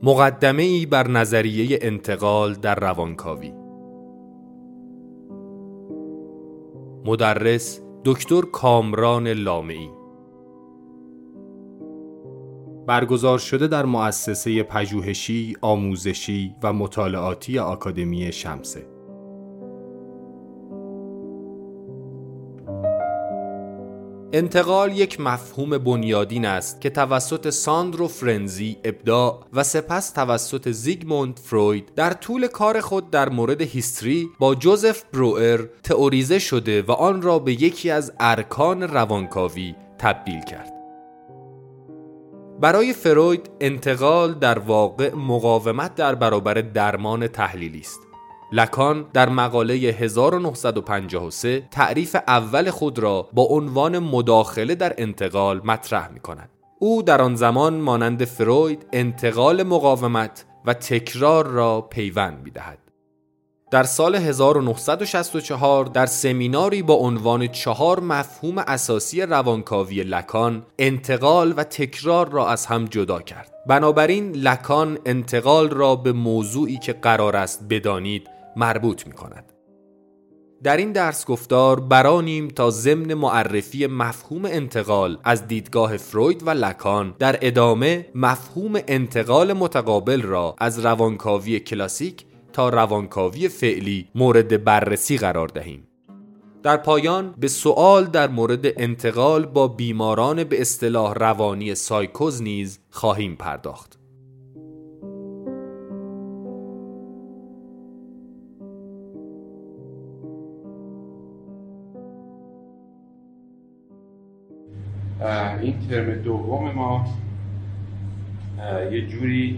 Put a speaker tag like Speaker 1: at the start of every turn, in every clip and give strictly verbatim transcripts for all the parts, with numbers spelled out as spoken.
Speaker 1: مقدمه‌ای بر نظریه انتقال در روانکاوی. مدرس دکتر کامران لامعی. برگزار شده در مؤسسه پژوهشی، آموزشی و مطالعاتی آکادمی شمسه. انتقال یک مفهوم بنیادین است که توسط ساندرو فرنزی ابداع و سپس توسط زیگموند فروید در طول کار خود در مورد هیستری با جوزف بروئر تئوریزه شده و آن را به یکی از ارکان روانکاوی تبدیل کرد. برای فروید انتقال در واقع مقاومت در برابر درمان تحلیلی است. لکان در مقاله هزار و نهصد و پنجاه و سه تعریف اول خود را با عنوان مداخله در انتقال مطرح می کند. او در آن زمان مانند فروید انتقال مقاومت و تکرار را پیوند می دهد. در سال هزار و نهصد و شصت و چهار در سمیناری با عنوان چهار مفهوم اساسی روانکاوی لکان انتقال و تکرار را از هم جدا کرد. بنابراین لکان انتقال را به موضوعی که قرار است بدانید مربوط می کند. در این درس گفتار برانیم تا ضمن معرفی مفهوم انتقال از دیدگاه فروید و لکان در ادامه مفهوم انتقال متقابل را از روانکاوی کلاسیک تا روانکاوی فعلی مورد بررسی قرار دهیم. در پایان به سوال در مورد انتقال با بیماران به اصطلاح روانی سایکوز نیز خواهیم پرداخت.
Speaker 2: این ترم دوم ما یه جوری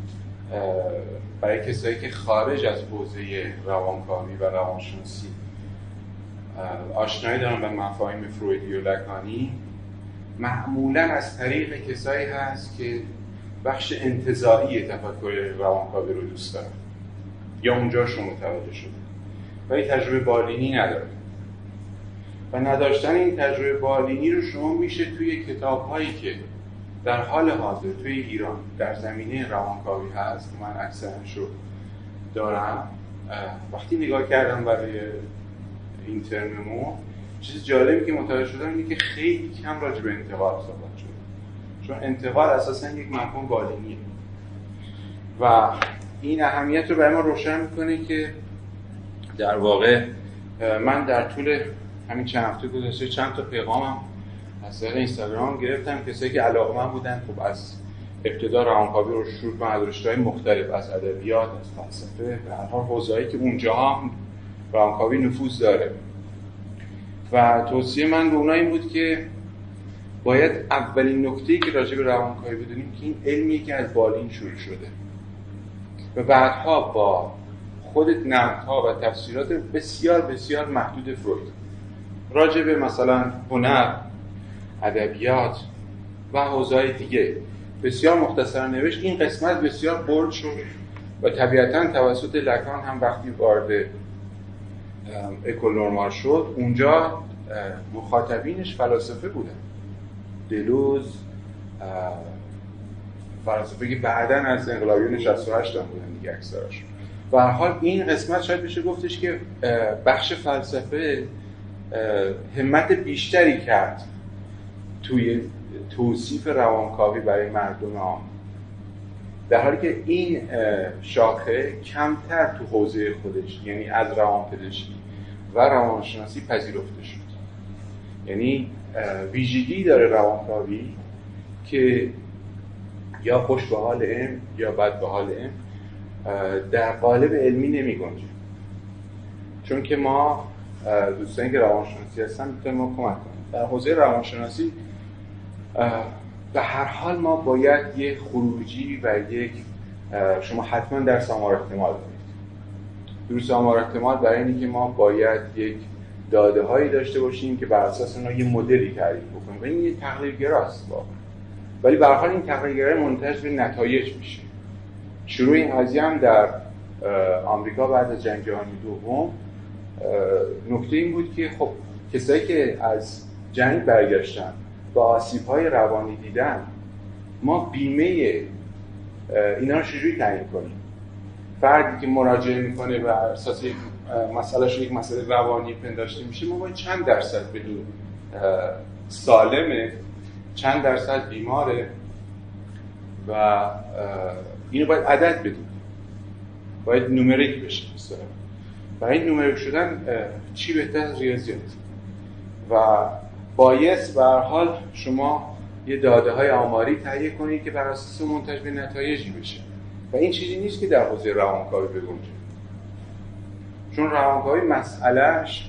Speaker 2: برای کسایی که خارج از حوزه روانکاوی و روانشناسی آشنایی دارن به مفاهیم فرویدی و لکانی، معمولا از طریق کسایی هست که بخش انتزاعی تفکر روانکاوی رو دوست دارن یا اونجاشون متوجه شده ولی تجربه بالینی نداره و نداشتن این تجربه بالینی رو شما میشه توی کتاب‌هایی که در حال حاضر توی ایران در زمینه روانکاوی هست، من اکثرش رو دارم، وقتی نگاه کردم برای این ترممون چیز جالبی که متوجه شدم اینه که خیلی کم راجع به انتقال صحبت شده، چون انتقال اساساً یک مفهوم بالینیه و این اهمیت رو برای ما روشن میکنه که در واقع من در طول همین چند هفته گذشته چند تا پیغامم از طریق اینستاگرام گرفتم، کسایی که علاقه‌مند بودن خب از ابتدا روانکاوی رو شروع کردن از رشته‌های مختلف، از ادبیات، از فلسفه، به هر حال حوزه‌ای که اونجا هم روانکاوی نفوذ داره. و توصیه من به اونها این بود که باید اولین نکته‌ای که راجع به روانکاوی بدونیم که این علمیه که از بالین شروع شده و بعدها با خود نقدها و تفسیرات بسیار بسیار محدود فروید راجع به مثلا هنر، ادبیات و حوزه‌های دیگه بسیار مختصرا نوشت. این قسمت بسیار بولد شد و طبیعتاً توسط لکان هم وقتی وارد اکول نورمال شد اونجا مخاطبینش فلاسفه بودن، دلوز، فلاسفه که بعداً از انقلابیون شصت و هشت هم بودن دیگه اکثرشون. به هر حال این قسمت شاید بشه گفتش که بخش فلسفه همت بیشتری کرد توی توصیف روانکاوی برای مردم عام، در حالی که این شاخه کمتر تو حوزه خودش یعنی از روانپزشکی و روانشناسی پذیرفته شد. یعنی ویژگی داره روانکاوی که یا خوش به حال علم یا بد به حال علم در قالب علمی نمی گنجه، چون که ما دوستانی که روانشناسی هستن میتونن ما کمک کنن. در حوزه روانشناسی به هر حال ما باید یک خروجی و یک شما حتما درس آمار احتمال دارید. درس آمار احتمال برای اینه که ما باید یک داده هایی داشته باشیم که بر اساس اونها یه مدلی تعریف بکنیم و این یه تقلیل‌گراست واقعا، ولی به هر حال این تقلیل‌گرایی منتهی به نتایج میشه. شروع این قضیه هم در آمریکا بعد از جنگ جهانی دوم نکته این بود که خب کسایی که از جنگ برگشتن و آسیب‌های روانی دیدن، ما بیمه اینا رو چجوری تعیین کنیم؟ فردی که مراجعه میکنه و اساس یک مسئلهش یک مسئله روانی پنداشته میشه، ما باید چند درصد به این سالمه، چند درصد بیماره و اینو باید عدد بدیم، باید نومریک بشه. مثلا برای این نومریک شدن چی بهتر از ریاضیات؟ و باید به هر حال شما یه داده های آماری تهیه کنید که بر اساس منتج به نتایجی بشه و این چیزی نیست که در حوزه روانکاوی بگنجه، چون روانکاوی مسئلهش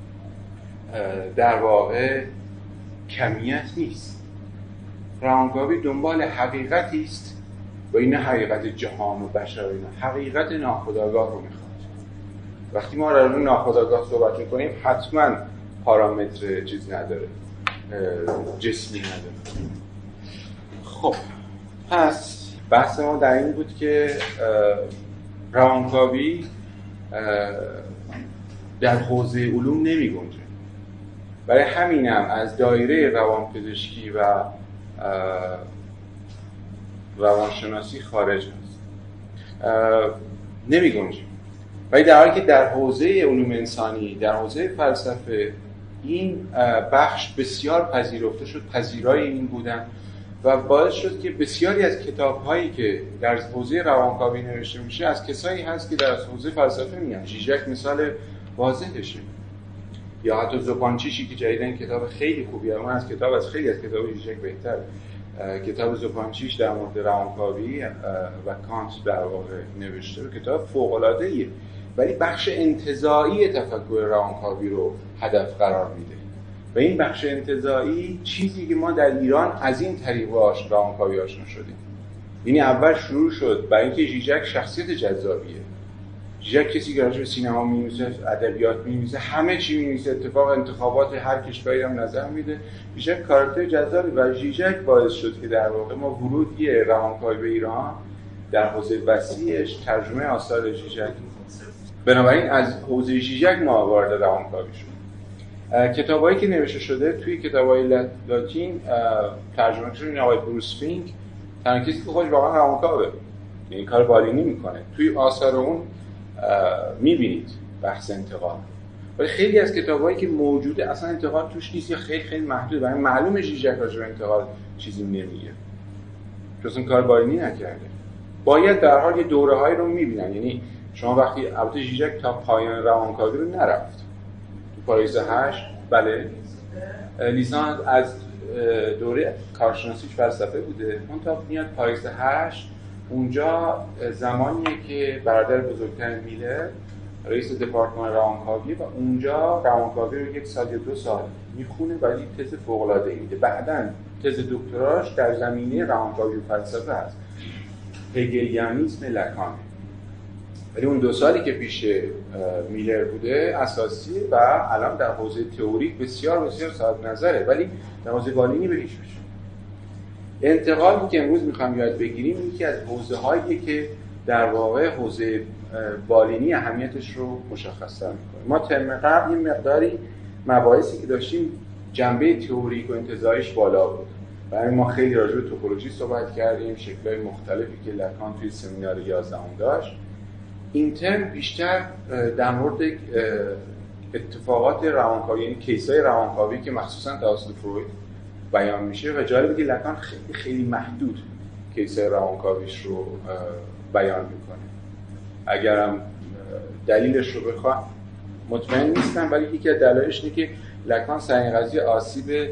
Speaker 2: در واقع کمیت نیست. روانکاوی دنبال حقیقتی است و این حقیقت جهان و بشر و اینا، حقیقت ناخودآگاه رو میخواد. وقتی ما در مورد ناخودآگاه صحبت میکنیم حتما پارامتر چیز نداره، جسمی نداره. خب پس بحث ما در این بود که روانکاوی در حوزه علوم نمی گنجه. برای همینم از دایره روانپزشکی و روانشناسی خارج هست، نمی گنجه. ولی در حالی که در حوزه علوم انسانی، در حوزه فلسفه این بخش بسیار پذیرفته شد، پذیرای این بودن و باعث شد که بسیاری از کتاب‌هایی که در حوزه روانکاوی نوشته میشه از کسایی هست که در حوزه فلسفه میان. ژیژک مثال واضحشه، یا حتی زوپانچیشی که جدیداً کتاب خیلی خوبیه، من از کتاب از خیلی از کتاب ژیژک بهتر. کتاب زوپانچیش در مورد روانکاوی و کانت در واقع نوشته و کتاب فوق‌العاده‌ایه، ولی بخش انتزاعی تفکر روانکاوی رو هدف قرار میده و این بخش انتزاعی چیزی که ما در ایران از این طریق باهاش روانکاوی آشنا شدیم. یعنی اول شروع شد برای اینکه ژیژک شخصیت جذابیه. ژیژک کسی که راجع به سینما می‌نویسه، ادبیات می‌نویسه، همه چی می‌نویسه، اتفاق انتخابات هر کشوری هم نظر میده. ژیژک کاراکتر جذابی و ژیژک باعث شد که در واقع ما ورودی روانکاوی به ایران در حوزه وسیعش ترجمه آثار ژیژک. بنابراین از حوزه ژیژک ما وارد روانکاوی شد. کتابایی که نوشته شده توی کتابای لاتین ترجمه شده این آقای بروس فینک، تنها کسی که خودش واقعا روانکاوه، این کار بالینی میکنه. توی آثار اون میبینید بحث انتقال، ولی خیلی از کتابایی که موجوده اصلا انتقال توش نیست یا خیلی خیلی محدود. برای معلومه ژیژک راجع به انتقال چیزی نمیگه، چون اصلا کار بالینی نکرده. باید در حال یه دوره‌هایی رو میبینن. یعنی شما وقتی البته ژیژک تا پایان روانکاوی رو نرفت، تو پاییز هشت بله لیسانس از دوره کارشناسیش فلسفه بوده، اون تا میاد پاییز هشت، اونجا زمانیه که برادر بزرگتر میلر رئیس دپارتمان روانکاوی و اونجا روانکاوی رو یک سال یا دو سال میخونه ولی تز فوق‌العاده میده. بعداً تز دکتراش در زمینه روانکاوی و فلسفه هست، هگلیانیسم لکان. ولی اون دو سالی که پیش میلر بوده اساسیه و الان در حوزه تئوریک بسیار بسیار صاحب نظره، ولی در حوزه بالینی به هیچ وجه. انتقالی که امروز میخوام یاد بگیریم یکی از حوزه‌هایی که در واقع حوزه بالینی اهمیتش رو مشخص‌تر می‌کنه. ما ترم قبل این مقداری مباحثی که داشتیم جنبه تئوریک و انتزاعیش بالا بود. برای ما خیلی راجع به توپولوژی صحبت کردیم، شکل‌های مختلفی که لکان توی سمینار یازدهم داشت. این ترم بیشتر در مورد اتفاقات روانکاوی، یعنی کیس‌های روانکاوی که مخصوصاً توسط فروید بیان میشه و جالبه که لکان خیلی خیلی محدود کیس‌های روانکاویش رو بیان میکنه. اگرم دلیلش رو بخوام مطمئن نیستم، ولی یکی از دلایلش اینه که لکان سر قضیه آسیب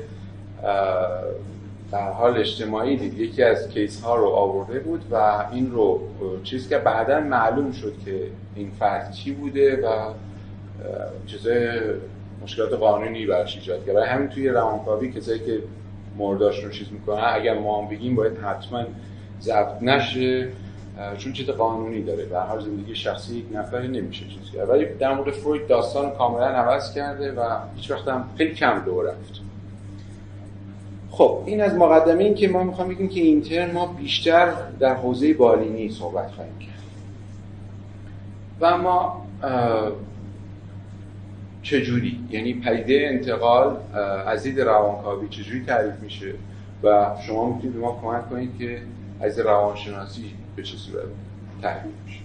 Speaker 2: در حال اجتماعی دید. یکی از کیس ها رو آورده بود و این رو چیز که بعداً معلوم شد که این فرد چی بوده و چیزای مشکلات قانونی براش ایجاد کرد. برای همین توی روانکاوی کسایی که مرداش رو چیز میکنن اگر ما هم بگیم باید حتما ضبط نشه، چون چیز قانونی داره. در هر زندگی شخصی یک نفری نمیشه چیز کرد. ولی در مورد فروید داستان کاملا عوض کرده و هیچ وقت هم خیلی کم دور رفت. خب این از مقدمه این که ما میخوام بگیم که این ترم ما بیشتر در حوزه بالینی صحبت خواهیم کرد و ما چجوری، یعنی پدیده انتقال از دید روانکاوی چجوری تعریف میشه و شما میتونید به ما کمک کنید که از روانشناسی به چه صورت تحلیل میشه.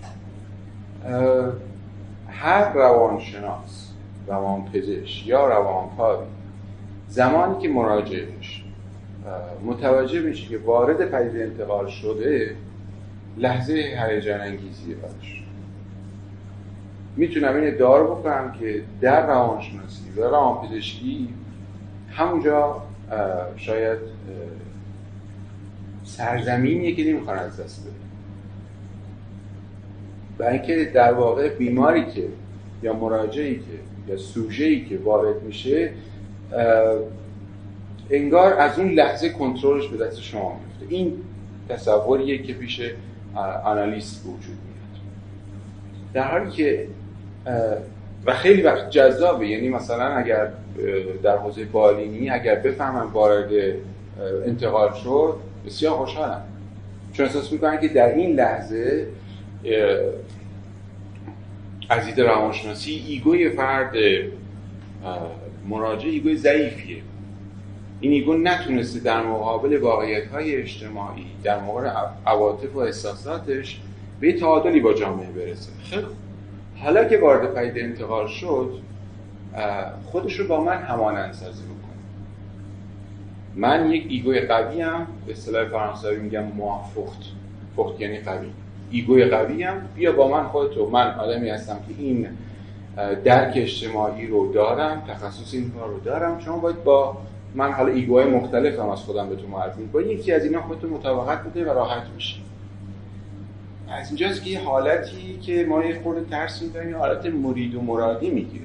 Speaker 2: هر روانشناس، روانپزشک یا روانکاوی زمانی که مراجعه میشه متوجه میشه که وارد پدیده انتقال شده، لحظه هیجان انگیزیه براش. میتونم این ادعا رو بکنم که در روانشناسی و روانپزشکی همونجا شاید سرزمینیه که نمیخوان از دست بده. برای اینکه در واقع بیماری که یا مراجعی که یا سوژه‌ای که وارد میشه انگار از اون لحظه کنترلش به دست شما میفته. این تصوریه که پیش آنالیست وجود میاد، در حالی که و خیلی وقت جذابه. یعنی مثلا اگر در حوزه بالینی اگر بفهمم وارد انتقال شد بسیار خوشحالم، چون احساس میکنم که در این لحظه از دید روانشناسی ایگوی فرد مراجع ایگوی ضعیفیه. این ایگو نتونسته در مقابل واقعیت‌های اجتماعی، در مقابل عواطف و احساساتش به تعادلی با جامعه برسه. خیلی حالا که وارد پدیده انتقال شد خودش رو با من همانند سازی بکنه. من یک ایگوی قوی ام، به اصطلاح فرانسوی میگم موافقت، فخت یعنی قوی. ایگوی قوی ام، بیا با من خودتو، من آدمی هستم که این درک اجتماعی رو دارم، تخصص این کار رو دارم، شما باید با من حالا ایگوهای مختلف هم از خودم به تو معرفی با یکی از اینا خودتو مطابقت بده و راحت میشی. از اینجاست که یه حالتی که ما یه خورده ترس می‌داریم، یه حالت مرید و مرادی میگیره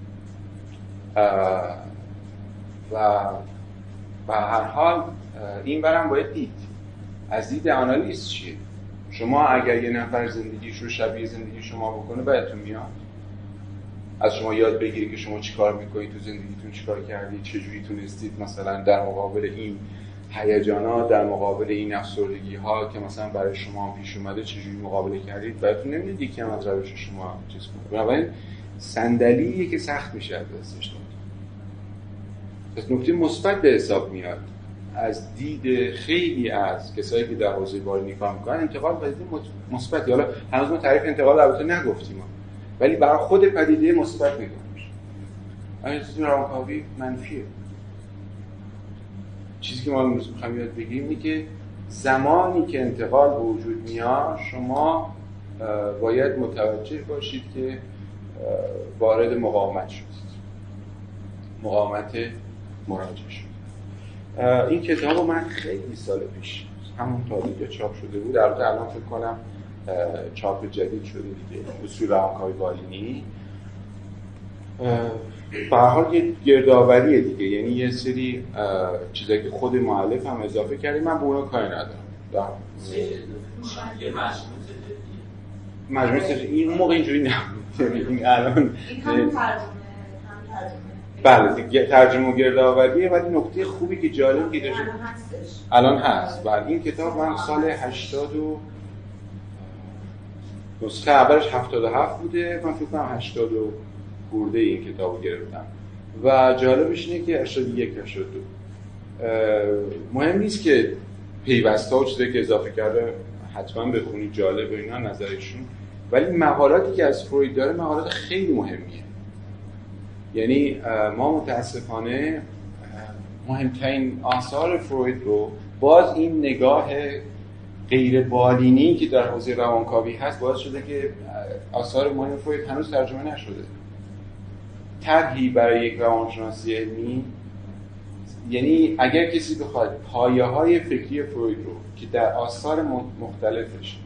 Speaker 2: و به هر حال این برم باید دید از دید آنالیست چیه. شما اگر یه نفر زندگیش رو شبیه زندگی شما بکنه بعدتون میاد از شما یاد بگیری که شما چیکار میکنید تو زندگیتون، چیکار کردید، چجوری تونستید مثلا در مقابل این هیجانات، در مقابل این افسردگی ها که مثلا برای شما پیش اومده چجوری مقابله کردید. براتون نمیاد یکی هم از روش شما چیز کنه. بنابراین صندلیه که سخت میشه از دستش داد. پس نکته مثبت به حساب میاد از دید خیلی از کسایی که در حوزه بالینی کار میکنن. انتقال پدیده مثبت، حالا هنوز ما تعریف انتقال البته نگفتیم، ولی برای خود پدیده مثبت نگاه میشه. از روانکاوی منفیه. چیزی که ما امروز میخوایم یاد بگیریم اینه که زمانی که انتقال به وجود میاد شما باید متوجه باشید که وارد مقاومت شدید، مقاومت مراجعه شد. این کتابو من خیلی سال پیش همون تاریخ چاپ شده بود، البته الان فکر کنم چاپ جدید شده دیگه، اصول روانکاوی بالینی. به هر حال یه گردآوریه دیگه، یعنی یه سری چیزایی که خود مؤلف هم اضافه کرده، من به اونا کاری ندارم. در مجموعه این اون موقع اینجوری نبود، این الان
Speaker 3: این هم ترجمه
Speaker 2: بله دیگه ترجمه و گردآوریه. ولی نکته خوبی که جالبی که داشت الان هست. بله این کتاب من سال هشتاد و نسخه اولش هفتاد و هفت بوده، من فکر کنم هشتاد و خورده این کتابو گرفتم و جالبش اینه که هشتاد و یک هشتاد و دو مهم نیست که پیوسته و چیزایی که اضافه کرده حتما بخونید، جالب و اینا نظرشون، ولی مقالاتی که از فروید داره مقالات خیلی مهمیه. یعنی ما متاسفانه مهمترین آثار فروید رو باز این نگاه غیر بالینی که در حوزه روانکاوی هست باعث شده که آثار مهم فروید هنوز ترجمه نشده. طرحی برای یک روانشناسی علمی، یعنی اگر کسی بخواد پایه‌های فکری فروید رو که در آثار مختلفش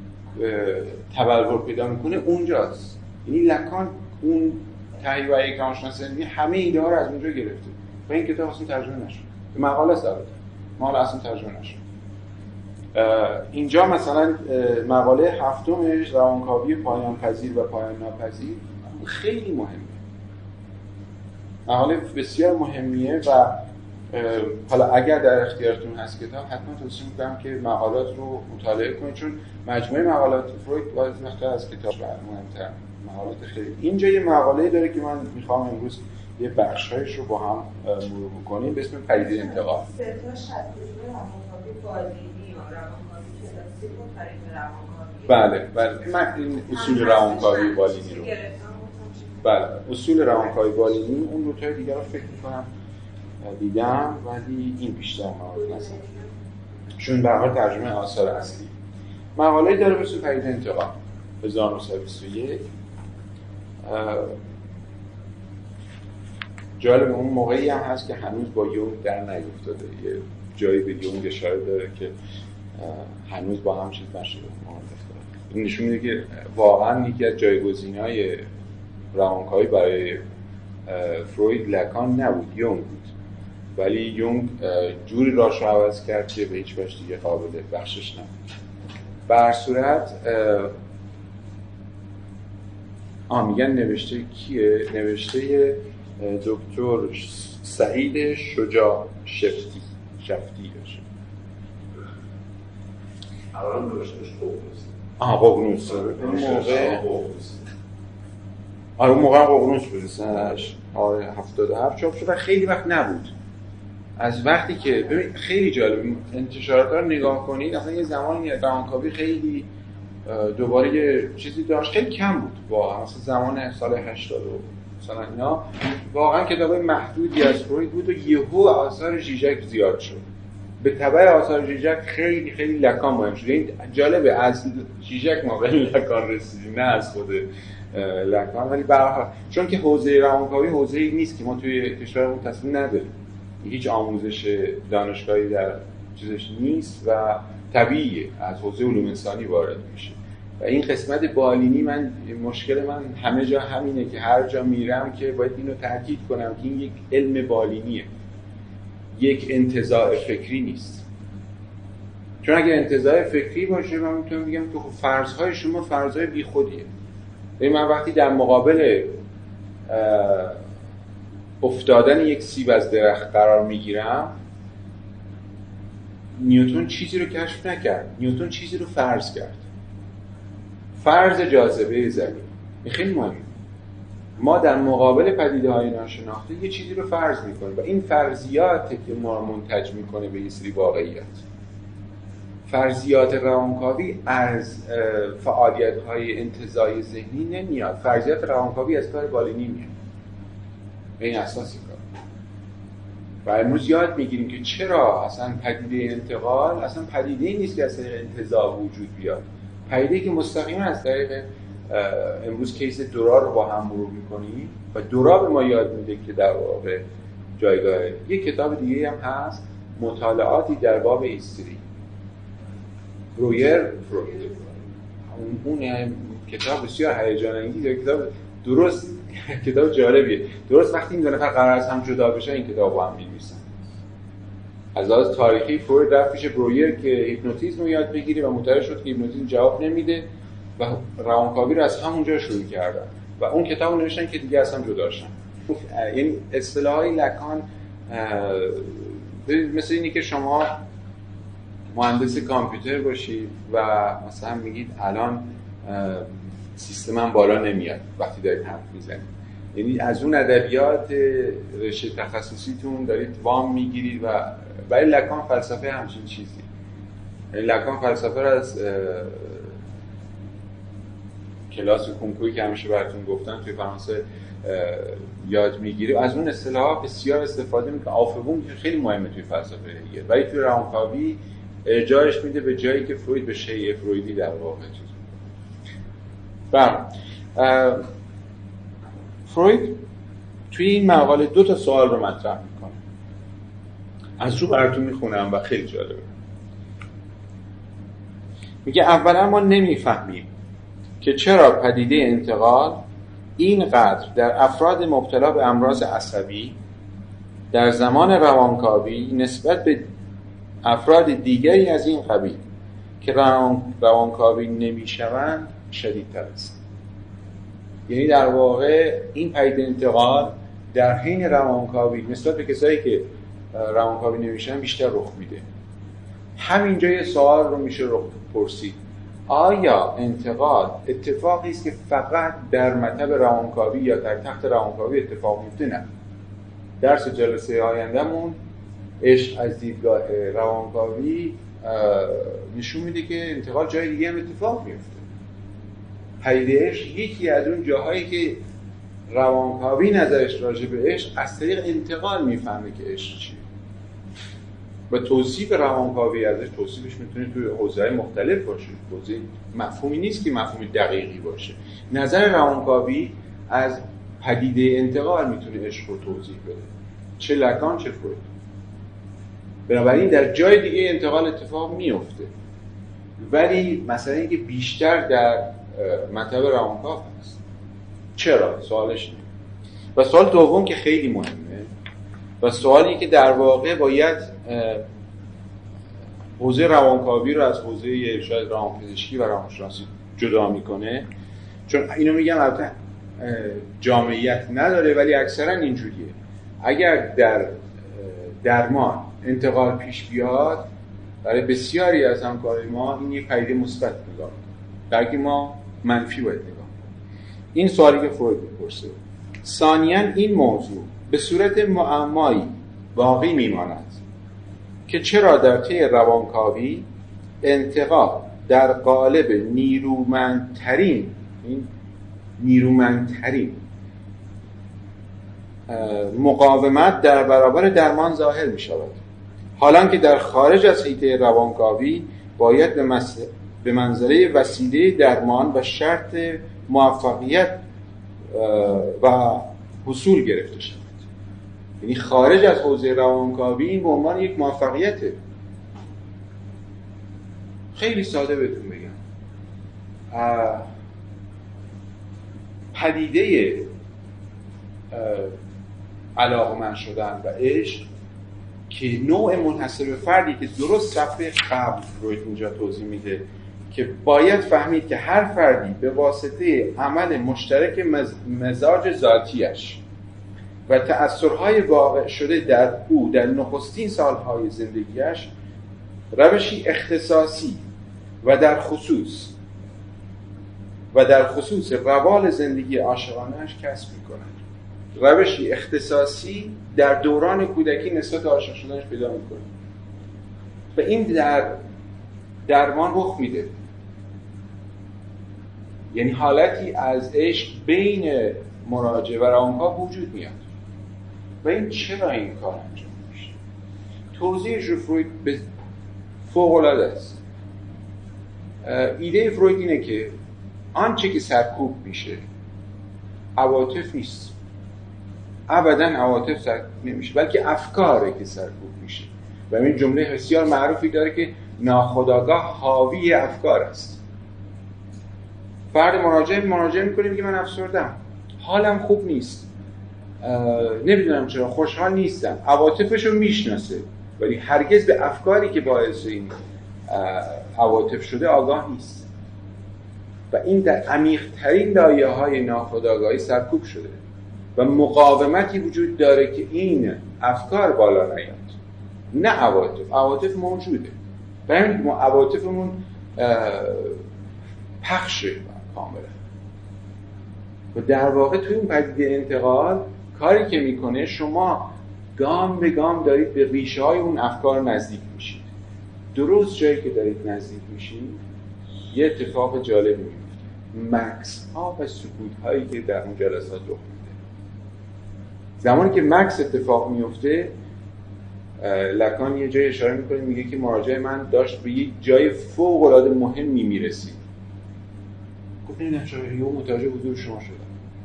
Speaker 2: تبلور پیدا میکنه اونجاست. یعنی لکان اون طرحی برای یک روانشناسی علمی همه ایده ها رو از اونجا گرفته و این کتاب اصلا ترجمه نشد. مقاله است البته، مقاله اصلا ترجمه نشد. اینجا مثلا مقاله هفتمش روانکاوی پایان پذیر و پایان ناپذیر خیلی مهمه، مقاله بسیار مهمیه و حالا اگر در اختیارتون هست کتاب حتما توصیه می‌کنم که مقالات رو مطالعه کنید، چون مجموعه مقالات فروید باز نخواهد از کتاب مهمتر مقالات خیلی. اینجا یه مقاله داره که من میخوام امروز یه بخشایش رو با هم مرور بکنیم به اسم پدیده انتقال.
Speaker 3: سه تا شکل روانکاوی بالینی یا روانکاوی که احساسی بود طریق روانکاوی.
Speaker 2: بله بله من این اصول روانکاوی بالینی رو بله اصول روانکاوی بالینی اون دو تا دیگه رو فکر می‌کنم دیدم ولی این بیشتر معروف نیست چون به هر حال ترجمه آثار اصلی مقاله‌ای داره به اسم پدیده انتقال هزار و نهصد و بیست و یک. جالب اون موقعی هم هست که هنوز با یونگ در نیفتاده، یه جایی به یونگ اشاره داره که هنوز با هم چیز نشده. این نشون میده که واقعا یکی از جایگزین‌های روانکاوی برای فروید لکان نبود، یونگ بود، ولی یونگ جوری راهش رو عوض کرد که به هیچ وجه دیگه قابل بخشش نبود. به هر صورت آه میگن نوشته کیه؟ نوشته دکتر سعید شجاع شفتی شفتی باشه.
Speaker 4: الان نوشتهش ققنوس.
Speaker 2: آه ققنوس. اون موقع آره اون موقع ققنوس بود سنش آره هفتاد و هفت چاپ شد و خیلی وقت نبود. از وقتی که ببین خیلی جالب انتشارات رو نگاه کنید اصلا یه زمانی روانکاوی خیلی دوباره یه چیزی داشت خیلی کم بود واقعا مثلا زمان سال هشتاد مثلا اینا واقعا کتابای محدودی از فروید بود و یهو آثار ژیژک زیاد شد. به تبع آثار ژیژک خیلی خیلی لکان مهم شد. این جالبه از ژیژک ما به لکان رسیدیم نه از خود لکان، ولی به هر حال چون که حوزه روانکاوی حوزه‌ای نیست که ما توی کشورمون تصمیم نداریم، هیچ آموزش دانشگاهی در چیزش نیست و طبیعیه از حوزه علوم انسانی وارد میشه و این قسمت بالینی من مشکل من همه جا همینه که هر جا میرم که باید اینو تاکید کنم که این یک علم بالینیه، یک انتزاع فکری نیست. چون اگر انتزاع فکری باشه من میتونم بگم که فرض‌های شما فرض‌های بیخودیه. ببین من وقتی در مقابل افتادن یک سیب از درخت قرار میگیرم نیوتن چیزی رو کشف نکرد، نیوتن چیزی رو فرض کرد، فرض جاذبه زمین. این خیلی مهمه. ما در مقابل پدیده‌های ناشناخته یه چیزی رو فرض می‌کنیم و این فرضیات که ما منتج می‌کنه به یه سری واقعیت. فرضیات روانکاوی از فعالیت‌های انتزاعی ذهنی نمیاد، فرضیات روانکاوی از کار بالینی میاد. این اساسی کار. و امروز یاد میگیریم که چرا اصلا پدیده انتقال اصلا پدیده‌ای نیست که از طریق انتزاع وجود بیاد، پدیده‌ای که مستقیما از طریق امروز کیس دورا رو با هم مرور می‌کنیم و دورا به ما یاد میده که در واقع جایگاه یک کتاب دیگه هم هست مطالعاتی در باب هیستری برویر فروید. اون کتاب بسیار هیجان انگیزه، کتاب درست کتاب جالبیه. درست وقتی این دو نفر قرار از هم جدا بشن این کتاب با هم می‌نویسن. از لحاظ تاریخی فروید رفت پیش برویر که هیپنوتیزم رو یاد بگیره و متوجه شد که هیپنوتیزم جواب نمیده و روانکاوی رو از همونجا شروع کردن و اون کتاب رو نوشتن که دیگه از هم جدا شدن. یعنی اصطلاحای لکان مثل اینی که شما مهندس کامپیوتر باشید و مثلا میگید الان سیستمم بالا نمیاد وقتی دارید حرف میزنید، یعنی از اون ادبیات رشته تخصصیتون دارید وام میگیرید و برای لکان فلسفه همچین چیزی. لکان فلسفه رو از کلاس کنکوری که همیشه براتون گفتم توی فرانسه یاد میگیره، از اون اصطلاحات بسیار استفاده میکنه. آفبون خیلی مهمه توی فلسفه هگل، ولی توی روانکاوی ارجاعش میده به جایی که فروید به شیء فرویدی در واقع چیز میکنه. فروید توی این مقاله دو تا سوال رو مطرح میکنه، از رو براتون میخونم و خیلی جالبه. میگه اولا ما نمیفهمیم که چرا پدیده انتقال اینقدر در افراد مبتلا به امراض عصبی در زمان روانکاوی نسبت به افراد دیگری از این قبیل که روان... روانکاوی نمیشوند شدیدتر است. یعنی در واقع این پدیده انتقال در حین روانکاوی نسبت به کسایی که روانکاوی نمیشن بیشتر رخ میده. همینجا یه سوال رو میشه رخ پرسید: آیا انتقال اتفاقی است که فقط در مطب روانکاوی یا در تخت روانکاوی اتفاق میفته؟ نه. درس جلسه آیندهمون عشق از دیدگاه روانکاوی نشون میده که انتقال جای دیگه هم اتفاق میفته. پدیده عشق یکی از اون جاهایی که روانکاوی نظرش راجع به عشق از طریق انتقال میفهمه که عشق چیه و توصیف روانکاوی ازش توصیفش میتونه توی حوزه‌های مختلف باشه. توصیف مفهومی نیست که مفهوم دقیقی باشه. نظر روانکاوی از پدیده انتقال میتونه عشق رو توضیح بده، چه لکان چه فروید. بنابراین در جای دیگه انتقال اتفاق میفته، ولی مثلا اینکه بیشتر در مطلب روانکاو هست. چرا؟ سوالش اینه. و سوال دوم که خیلی مهمه و سوالی که در واقع باید حوزه روانکاوی رو از حوزه شاید روانپزشکی و روانشناسی جدا میکنه، چون اینو میگم البته جامعیت نداره ولی اکثرا اینجوریه. اگر در درمان انتقال پیش بیاد، برای بسیاری از همکارای ما این یک پدیده مثبت نگاه میکنه، بلکه ما منفی باید نگاه کنیم. این سوالی که فروید میپرسه. ثانیاً این موضوع به صورت معمایی باقی میماند که چرا در طی روانکاوی انتقال در قالب نیرومندترین این نیرومندترین مقاومت در برابر درمان ظاهر می شود، حالان که در خارج از حیطه روانکاوی باید به, مس... به منزله وسیله درمان و شرط موفقیت و حصول گرفته شود. یعنی خارج از حوزه روانکاوی این به عنوان یک موفقیته. خیلی ساده بهتون بگم، پدیده علاقمند شدن و عشق که نوع منحصر به فردی که درست صفحه قبل روی اینجا توضیح میده که باید فهمید که هر فردی به واسطه عمل مشترک مز... مزاج ذاتیش و تأثیرهای واقع شده در او در نخستین سالهای زندگیش روشی اختصاصی و در خصوص و در خصوص روال زندگی عاشقانه‌اش کسب می‌کند. روشی اختصاصی در دوران کودکی نسبت به عاشق شدنش پیدا می‌کنه و این در درمان رخ میده. یعنی حالتی از عشق بین مراجع و روانکاو وجود میاد. و این چرا این کار انجام میشه؟ توضیحش رو فروید به فوق‌العاده است. ایده فروید اینه که آنچه که سرکوب میشه عواطف نیست، ابداً عواطف سرکوب نمیشه، بلکه افکاره که سرکوب میشه. و این جمله بسیار معروفی داره که ناخودآگاه حاوی افکار است. فرد مراجعه مراجعه میکنه میگه من افسردم، حالم خوب نیست، نمیدونم چرا خوشحال نیستم. عواطفشو میشناسه ولی هرگز به افکاری که باعث این عواطف شده آگاه نیست و این در عمیق‌ترین لایه‌های ناخودآگاهی سرکوب شده و مقاومتی وجود داره که این افکار بالا نیاد، نه عواطف. عواطف موجوده و این عواطفمون پخشه کاملا و در واقع توی این پدیده انتقال کاری که میکنه شما گام به گام دارید به ریشه های اون افکار نزدیک میشید. درست جایی که دارید نزدیک میشید یه اتفاق جالبی میفته، مکث ها و سکوت هایی که در اون جلسات رخ میده. زمانی که مکث اتفاق میفته، لکان یه جای اشاره میکنه میگه که مراجع من داشت به یک جای فوق العاده مهمی میرسید. گفت نه چرا یهو متوجه حضور شما شدم.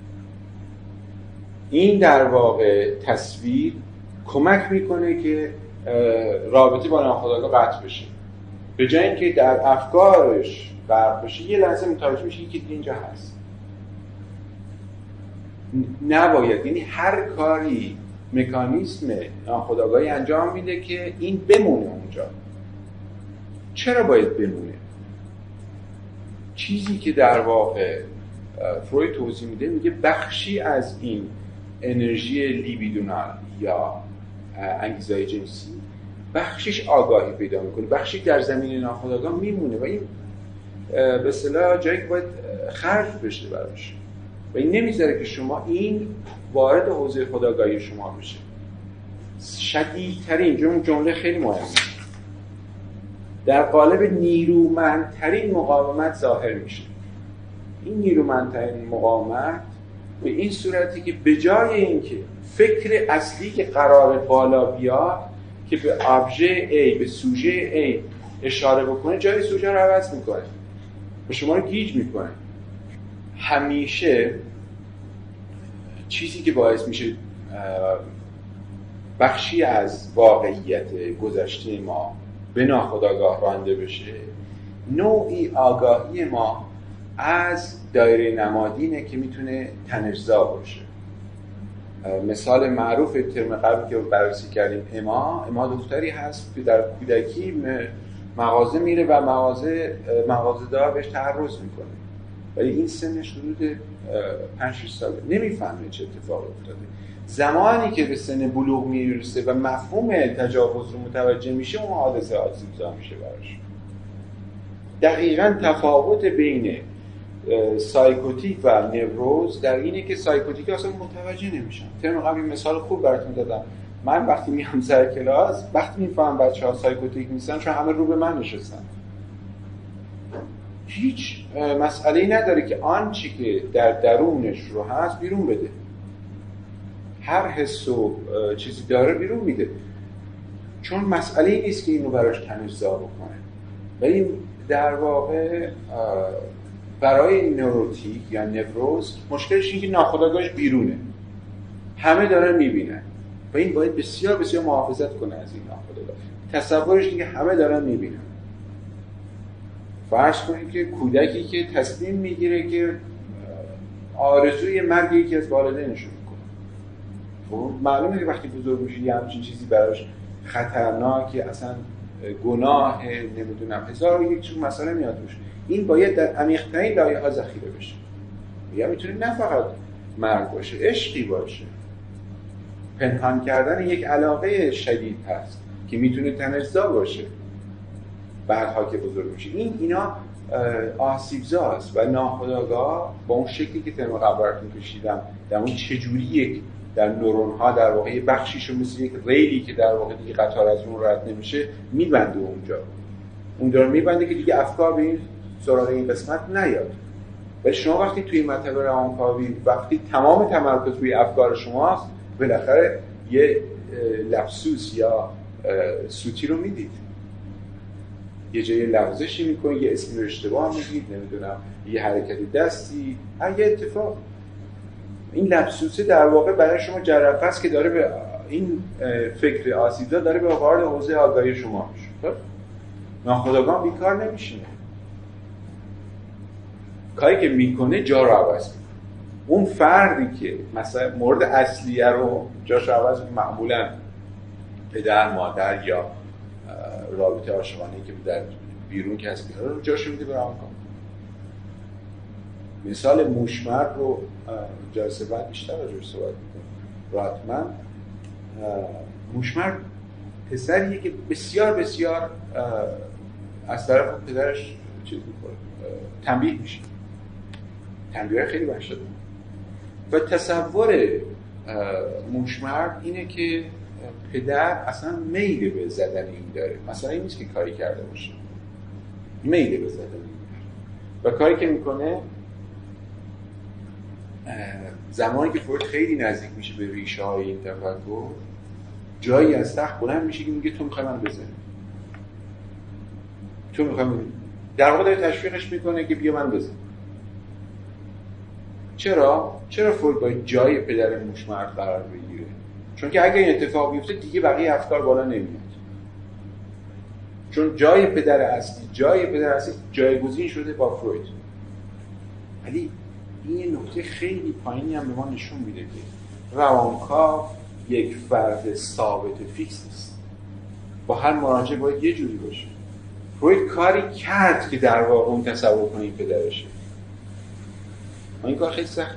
Speaker 2: این در واقع تصویر کمک میکنه که رابطه با ناخودآگاه قطع بشه. به جای اینکه در افکارش غرق بشه یه لحظه متوجه میشه که اینجا هست. نباید، یعنی هر کاری مکانیسم ناخودآگاهی انجام میده که این بمونه اونجا. چرا باید بمونه؟ چیزی که در واقع فروید توضیح میده میگه بخشی از این انرژی لیبیدونال یا انگیزه جنسی بخشیش آگاهی پیدا میکنه، بخشی در زمین ناخودآگاه میمونه و این به اصطلاح جایی که باید خرج بشه براش و این نمیذاره که شما این وارد حوزه خودآگاهی شما بشه. شدیدترین جمله جمله خیلی مهمه در قالب نیرومندترین مقاومت ظاهر میشه. این نیرومندترین مقاومت به این صورتی که به جای اینکه فکر اصلی که قرار بالا بیاد که به ابژه A به سوژه A اشاره بکنه، جای سوژه رو عوض میکنه، به شما رو گیج میکنه. همیشه چیزی که باعث میشه بخشی از واقعیت گذشته ما به ناخودآگاه رانده بشه، نوعی آگاهی ما از دایره نمادینه که میتونه تنش‌زا باشه. مثال معروف ترم قبلی که بررسی کردیم، اما اما دختری هست که در کودکی مغازه میره و مغازه مغازه‌دار بهش تعرض میکنه، ولی این سنش حدود پنج شش ساله، نمیفهمه چه اتفاقی افتاده. زمانی که به سن بلوغ میرسه و مفهوم تجاوز رو متوجه میشه، اون حادثه آسیبزا میشه براش. دقیقاً تفاوت بین سایکوتیک و نوروز در اینه که سایکوتیک اصلا متوجه نمیشن. ترم قبل مثال خوب براتون دادم. من وقتی میام سر کلاس، وقتی میفهمم بچه‌ها سایکوتیک نیستن چون همه رو به من نشستن، هیچ مسئله‌ای نداره که آنچه که در درونش رو هست بیرون بده. هر حس و چیزی داره بیرون میده، چون مسئله‌ای نیست که اینو براش تنش‌زا بکنه. ولی در واقع برای نوروتیک یا نوروز مشکلش اینه که ناخودآگاهش بیرونه، همه دارن میبینن و این باید بسیار بسیار محافظت کنه از این ناخودآگاه. تصورش اینه که همه دارن میبینن. فرض کنید که کودکی که تصمیم میگیره که آرزوی مرگ یکی از والدینش رو میکنه، خب معلومه که وقتی بزرگ میشه یه همچین چیزی براش خطرناکه، اصلا گناه، نمیدونم هزار و یک چون مسئله میاد روش. این باید در عمیق‌ترین لایه‌ها ذخیره بشه. یا میتونه نه فقط مرگ باشه، عشقی باشه، پنهان کردن یک علاقه شدید هست که میتونه تنش‌زا باشه بعدها که بزرگ میشه. این اینا آسیبزاست و ناخودآگاه با اون شکلی که ترم قبل براتون کشیدم، در اون چجوری یک در نورون ها در واقع بخشیشو مثل یک ریلی که در واقع دیگه قطار از اون رد نمیشه میبنده اونجا، اون داره میبنده که دیگه افکار به این سراغ این قسمت نیاد. ولی شما وقتی توی مطلب روانکاوی وقتی تمام تمرکز روی افکار شماست، بالاخره یه لفسوس یا سوتی رو میدید، یه جای لغزشی میکنید، یه اسمی رو اشتباه میگید، نمیدونم یه حرکت دستی، هر یه اتفاق. این لبسوسه در واقع برای شما جرقه است که داره به این فکر آسیبزا داره به وارد حوزه آگاهی شما میشه. ناخودآگاه بیکار نمیشینه، کاری که میکنه جا رو عوض میکنه. اون فردی که مثلا مورد اصلیه رو جاش عوض میکنه، معمولا پدر، مادر یا رابطه عاشقانه‌ای که در بیرون کسب کرده رو جاش میده به روانکاو. مثال موشمرد رو جلسه بعد بیشتر راجعش صحبت می‌کنم. راتمن موشمرد پسریه که بسیار بسیار از طرف پدرش چیز می‌کنه، تنبیه میشه. تنبیه خیلی وحشتناک. و تصور موشمرد اینه که پدر اصلا میل به زدن این داره، مثلا این نیست که کاری کرده باشه، میل به زدن این داره و کاری که میکنه زمانی که فروید خیلی نزدیک میشه به ریشه های این تفکر، جایی از تخت بلند میشه که میگه تو میخوای من بزنی، تو میخوای من، در واقع داره تشویقش میکنه که بیا من بزن. چرا؟ چرا فروید باید جای پدر موشمرد قرار بگیره؟ چون که اگه این اتفاق بیفته دیگه بقیه افکار بالا نمیاد، چون جای پدر اصلی جای پدر اصلی جایگزین شده با فروید. ولی این نکته خیلی پایینی هم به ما نشون میده که روانکاو یک فرد ثابت فیکس نیست، با هر مراجعه باید یه جوری باشه. فروید کاری کرد که در واقع اون تصور کنه این پدرشه، این کار خیلی سخته.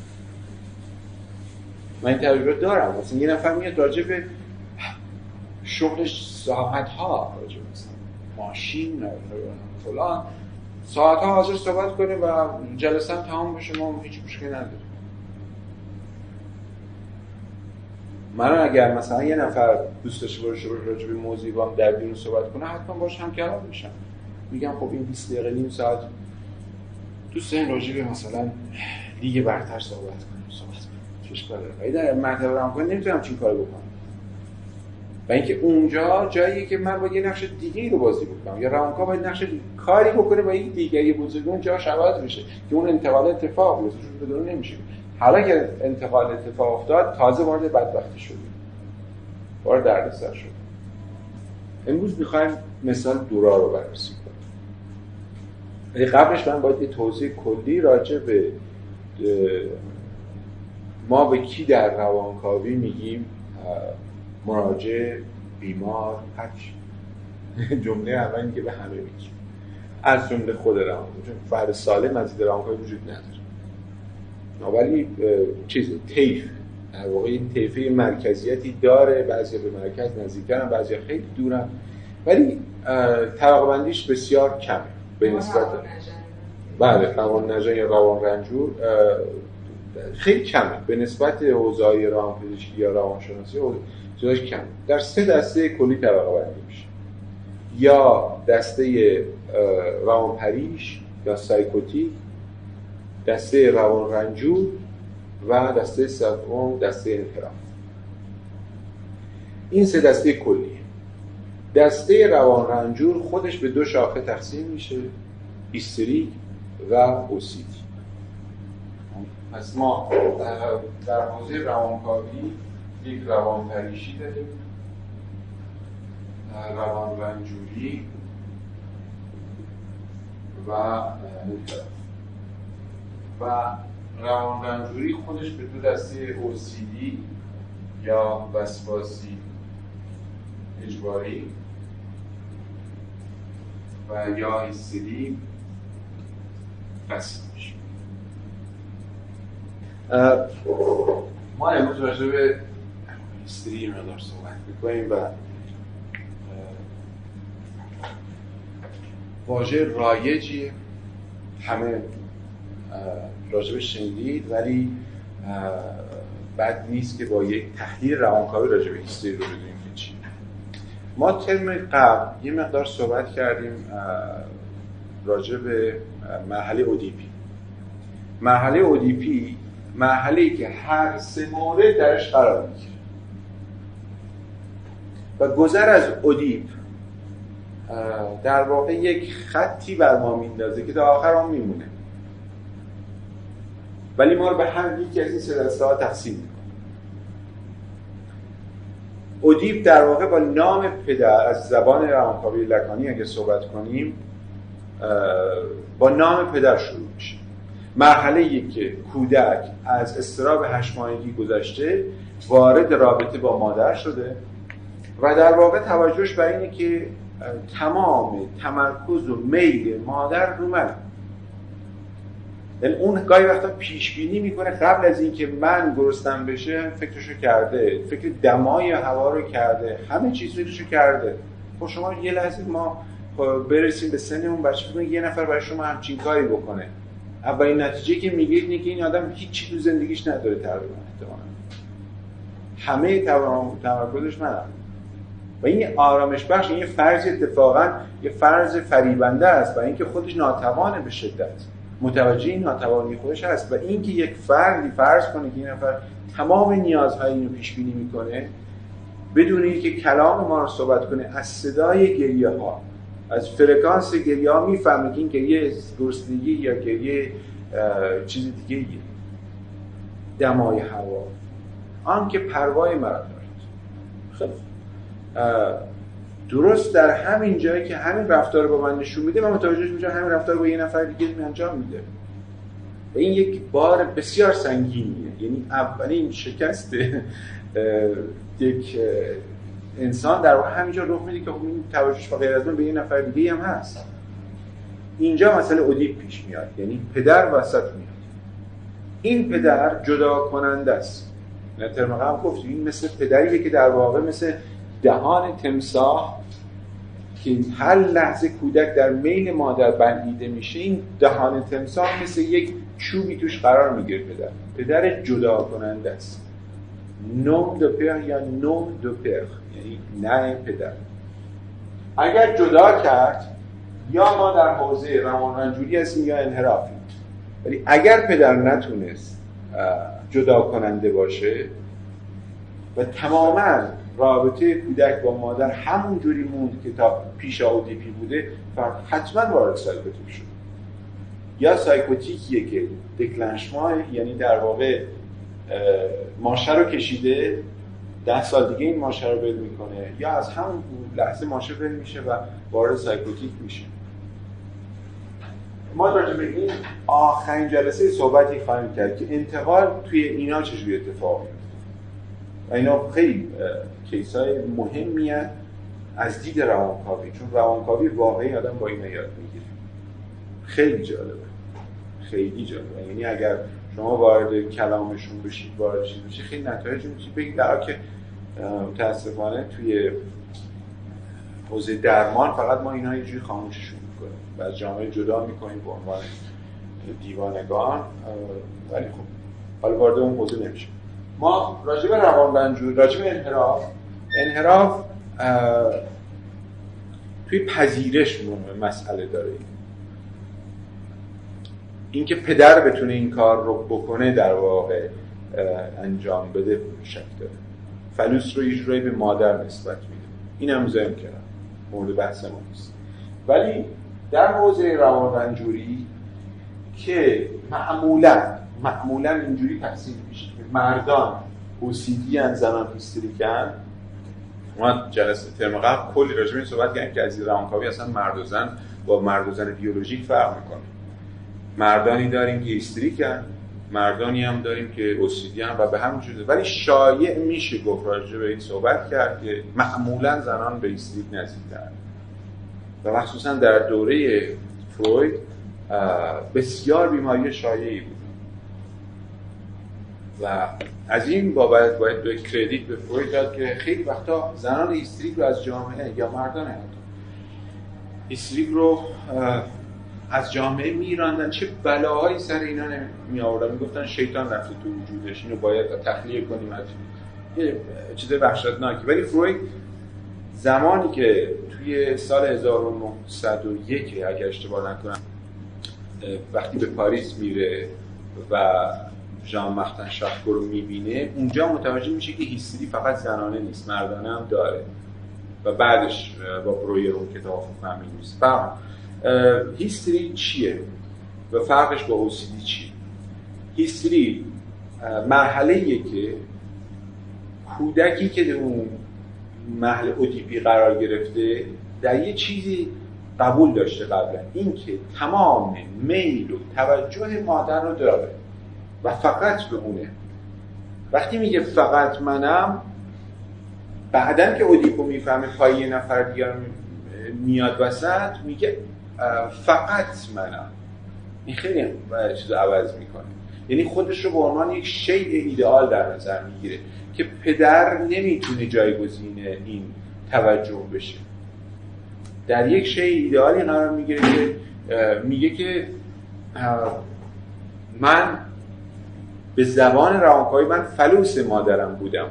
Speaker 2: من این تجربه دارم، مثلا یه نفر میاد راجع به شغلش ساعت‌ها، راجع به مثلا ماشین فلان ساعت‌ها حاضر صحبت کنه و جلسه هم تمام بشه، ما هیچ مشکلی نداریم. من اگر مثلا یه نفر دوست داشته باشه راجع به موضوعی با هم در بیرون صحبت کنه، حتما باهاش هم کلام میشم. میگم خب این بیست دقیقه نیم ساعت دوست دارین راجع به مثلا لیگ برتر صحبت کنیم، صحبت کنیم. چش کاره. ولی در مرتبه رام نمیتونم چین کارو بکنم. و اینکه اونجا جاییه که من باید یه نقش دیگه‌ای رو بازی بکنم، یا روانکاو باید نقش کاری بکنه با یک دیگری بزرگون جا عوض بشه که اون انتقال اتفاق بیفته، چون بدون نمیشه. حالا که انتقال اتفاق افتاد تازه وارد بدبختی شدیم، وارد دردسر شد. امروز می‌خوایم مثال دورا رو بررسی کنیم. ولی قبلش من باید یه توضیح کلی راجع به ما به کی در روانکاوی میگیم مراجع، بیمار، هرچی. جمله اول اینه که به همه میگیم، از جمله خود روانکاوی، چون فرد سالم از دید روانکاوی وجود نداره. ولی چیز طیف در واقع این طیفه مرکزیتی داره، بعضیا به مرکز نزدیکن، بعضیا خیلی دورن، ولی طبقه بندیش بسیار کمه به نسبت بله روان نژاد یا روان رنجور خیلی کمه به نسبت حوزه‌های روانپزشکی یا روانشناسی، حوزه‌اش کمه. در سه دسته کلی طبقه بندی میشه، یا دسته روانپریش یا سایکوتیک، دسته روان رنجور و دسته سوم دسته انحراف. این سه دسته کلیه. دسته روان رنجور خودش به دو شاخه تقسیم میشه، هیستریک و اوسیدی. پس ما در حوزه روانکاوی یک روان پریشی داریم، روان رنجوری و و روان رنجوری خودش به دو دسته او سی دی یا وسواسی اجباری و یا هیستری قسم میشه. ما امروز راجع به هیستری مقدار صحبت می‌کنیم و واژه رایجیه، همه راجبش شنیدید، ولی بد نیست که با یک تحلیل روانکاوی راجع به هیستری رو بدونیم که چی. ما ترم قبل یه مقدار صحبت کردیم راجع به مرحله اودیپی. مرحله اودیپی مرحله‌ای که هر سه مورد درش قرار میگیره و گذر از اودیپ در واقع یک خطی بر ما میندازه که تا آخر هم میمونه، ولی ما رو به هم یکی از این سه دسته ها تقسیم میکنه. اودیپ در واقع با نام پدر، از زبان روانکاوی لکانی اگه صحبت کنیم، با نام پدر شروع میشه. مرحله‌ای که کودک از اضطراب هشت ماهگی گذشته، وارد رابطه با مادر شده و در واقع توجهش بر اینه که تمام تمرکز و میل مادر رو منه. یعنی اون گاهی وقتا پیش بینی میکنه قبل از اینکه من گرسنم بشه فکرشو کرده، فکر دمای هوا رو کرده، همه چیز فکرشو کرده. خب شما یه لحظه ما برسیم به سن اون بچه بگید یه نفر برای شما همچین کاری بکنه، اولین نتیجه که میگید اینه که این آدم هیچ چیزی تو زندگیش نداره تقریبا، احتمالاً همه تمرکزش منم. و این آرامش بخش، این فرض اتفاقا یه فرض فریبنده است و اینکه خودش ناتوانه به شدت، متوجه این ناتوانی خودش هست و اینکه یک فردی فرض کنه که این نفر تمام نیازهای اینو پیش بینی میکنه بدون اینکه کلام ما رو صحبت کنه، از صدای گریه ها، از فرکانس گریه ها میفهمه که این گریه گرسنگی یا گریه چیز دیگه ایه، دمای هوا، آن که پروای مرا دارد. خب درست در همین جایی که همین رفتار رو با من نشون میده، من متوجه میشم همین رفتار رو با یه نفر دیگه انجام میده و این یک بار بسیار سنگینیه. یعنی اولین شکست یک انسان در واقع همینجا رخ میده که خب این توجهش با غیر از من به یه نفر دیگه هم هست. اینجا مسئله اودیپ پیش میاد، یعنی پدر وسط میاد. این پدر جدا کننده است. نه ترم قبل گفتیم این مثل پدریه که در واقع مثل دهان تمساح که هر لحظه کودک در میل مادر بندیده میشه، این دهان تمساح مثل یک چوبی توش قرار میگیره. پدر پدر جدا کننده است. نوم دو پر یا نوم دو پر، یعنی نه پدر. اگر جدا کرد یا ما در حوزه روانرنجوری هستیم یا انحرافی، ولی اگر پدر نتونست جدا کننده باشه و تماما رابطه کودک با مادر همون جوری موند که تا پیش اودیپی بوده، حتما وارد سایکوتیک شد. یا سایکوتیکیه که دکلنشمان، یعنی در واقع ماشه رو کشیده، ده سال دیگه این ماشه رو ول میکنه، یا از همون لحظه ماشه ول میشه و وارد سایکوتیک میشه. ما راجع به این آخرین جلسه صحبتی خواهیم کرد که انتقال توی اینا چجوری اتفاق میفته و اینا خیلی کیسای مهمی هست از دید روانکاوی، چون روانکاوی واقعی آدم با اینا یاد میگیره. خیلی جالبه، خیلی جالبه. یعنی اگر شما وارد کلامشون بشید، وارد چیز بشید، خیلی نتایج میشه بگید. در که متاسفانه توی حوزه درمان فقط ما اینا اینجوری خاموششون میکنیم و از جامعه جدا میکنیم به عنوان دیوانگان، ولی خب حالا وارد اون حوزه نمیشه. ما راجع به روانرنجوری، راجع به انحراف، انحراف توی پذیرش مسئله داره. اینکه پدر بتونه این کار رو بکنه در واقع انجام بده شک داره. فلوس رو اجرایی به مادر نسبت میده. این هم زم کردم، مورد بحث ما نیست. ولی در حوزه روانرنجوری که معمولا معمولا اینجوری تقسیم میشه که مردان او سی دی ان، زنان هیستریکن. ما جلسه ترم قبل کلی راجع به این صحبت کردیم که از روانکاوی اصلا مرد و زن با مرد و زن بیولوژیک فرق میکنه. مردانی داریم که هیستریکن، مردانی هم داریم که او سی دی ان و به همین جوره. ولی شایع میشه گفت راجع به این صحبت کرد که معمولا زنان به هیستریک نزدیک‌ترن و مخصوصا در دوره فروید بسیار بیماری شایعی بود و از این بابت باید به کردیت به فروید داد که خیلی وقتا زنان هیستریک رو از جامعه یا مردان هیستریک رو از جامعه میراندن، چه بلاهایی سر اینا نمی آوردن، میگفتن شیطان رفته تو وجودش، اینو باید تخلیه کنیم از یه چیز وحشتناکی. ولی فروید زمانی که توی سال هزار و نهصد و یک اگه اشتباه نکنم وقتی به پاریس میره و ژان مارتن شارکو رو میبینه، اونجا متوجه میشه که هیستری فقط زنانه نیست، مردانه هم داره و بعدش با برویر اون کتاب فهمی نیست. فهم هیستری چیه و فرقش با او سی دی چیه؟ هیستری مرحله‌ایه که کودکی که در اون مرحله اودیپی قرار گرفته در یه چیزی قبول داشته قبلا، این که تمام میل و توجه مادر رو داره و فقط به اونه. وقتی میگه فقط منم، بعدن که اودیپو میفهمه پای یه نفر دیگر میاد وسط، میگه فقط منم. این خیلی چیزو عوض میکنه، یعنی خودش رو به عنوان یک شیء ایدئال در نظر میگیره که پدر نمیتونه جایگزین این توجه بشه. در یک شیء ایدئالی قرار میگیره که میگه که من به زبان روانکاوی من فلوس مادرم بودم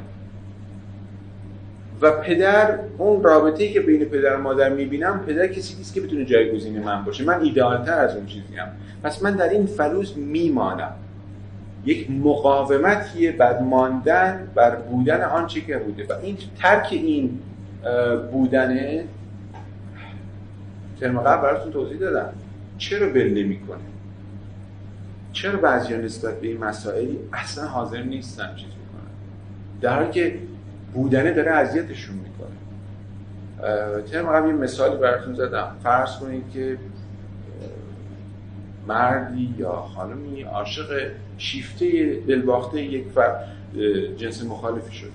Speaker 2: و پدر، اون رابطه‌ای که بین پدر و مادر میبینم، پدر کسی نیست که بتونه جایگزین من باشه، من ایدئال‌تر از اون چیزیم، پس من در این فلوس میمانم. یک مقاومتیه بر ماندن بر بودن آنچه که بوده و این ترک این بودنه. ترم قبل براتون توضیح دادم چرا بل نمی‌کنه، چرا بعضیا نسبت به این مسائلی اصلا حاضر نیستن چیز میکنن، در حالی که بودنه داره اذیتشون میکنه. ترم قبل یه مثالی براتون زدم. فرض کنید که مردی یا خانمی عاشق شیفته دلباخته یک فرد جنس مخالفی شده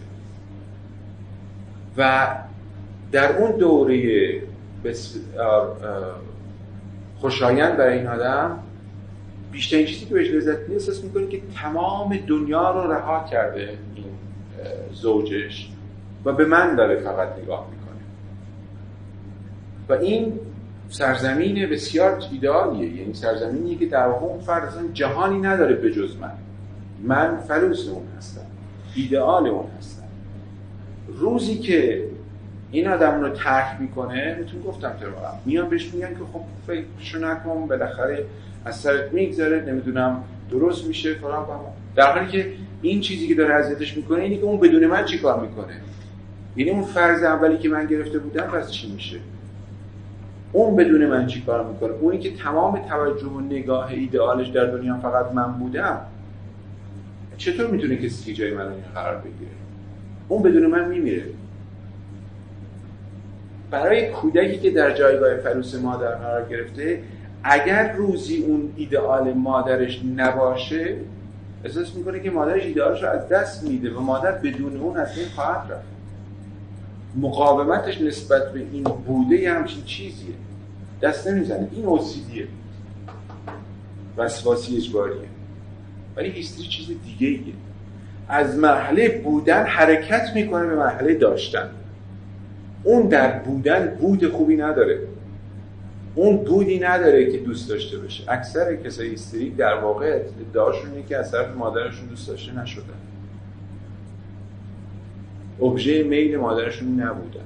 Speaker 2: و در اون دوره بسیار خوشایند برای این آدم بیشترین چیزی که بهش لذت میده احساس میکنه که تمام دنیا رو رها کرده این زوجش و به من داره فقط نگاه میکنه و این سرزمین بسیار ایدئالیه، یعنی سرزمینیه که در واقع اون فرد اصلا جهانی نداره به جز من، من فلوس اون هستم. ایدئال اون هستن. روزی که این آدم رو ترک میکنه، بهتون گفتم طبعا میان بهش میگن که خب فکرشو نکن، بالاخره از سرت میگذره، نمیدونم درست میشه فلان فلان، در حالی که این چیزی که داره اذیتش میکنه اینی که اون بدون من چی کار میکنه. یعنی اون فرض اولی که من گرفته بودم پس چی میشه؟ اون بدون من چی کار میکنه؟ اونی که تمام توجه و نگاه ایدئالش در دنیا فقط من بودم، چطور میتونه کسی که جای من قرار بگیره؟ اون بدون من میمیره. برای کودکی که در جایگاه فلوس مادر قرار گرفته، اگر روزی اون ایدئال مادرش نباشه، احساس میکنه که مادرش ایدئالش رو از دست میده و مادر بدون اون از این خواهد رفت. مقاومتش نسبت به این بوده یه همچین چیزیه، دست نمیزنه. این اوسیدیه، وسواسی اجباریه. ولی هیستری چیز دیگه ایه. از مرحله بودن حرکت میکنه به مرحله داشتن. اون در بودن بود خوبی نداره، اون بودی نداره که دوست داشته باشه. اکثر کسای هیستریک در واقع ادعاشون اینه که از طرف مادرشون دوست داشته نشدن، ابژه میل مادرشون نبودن.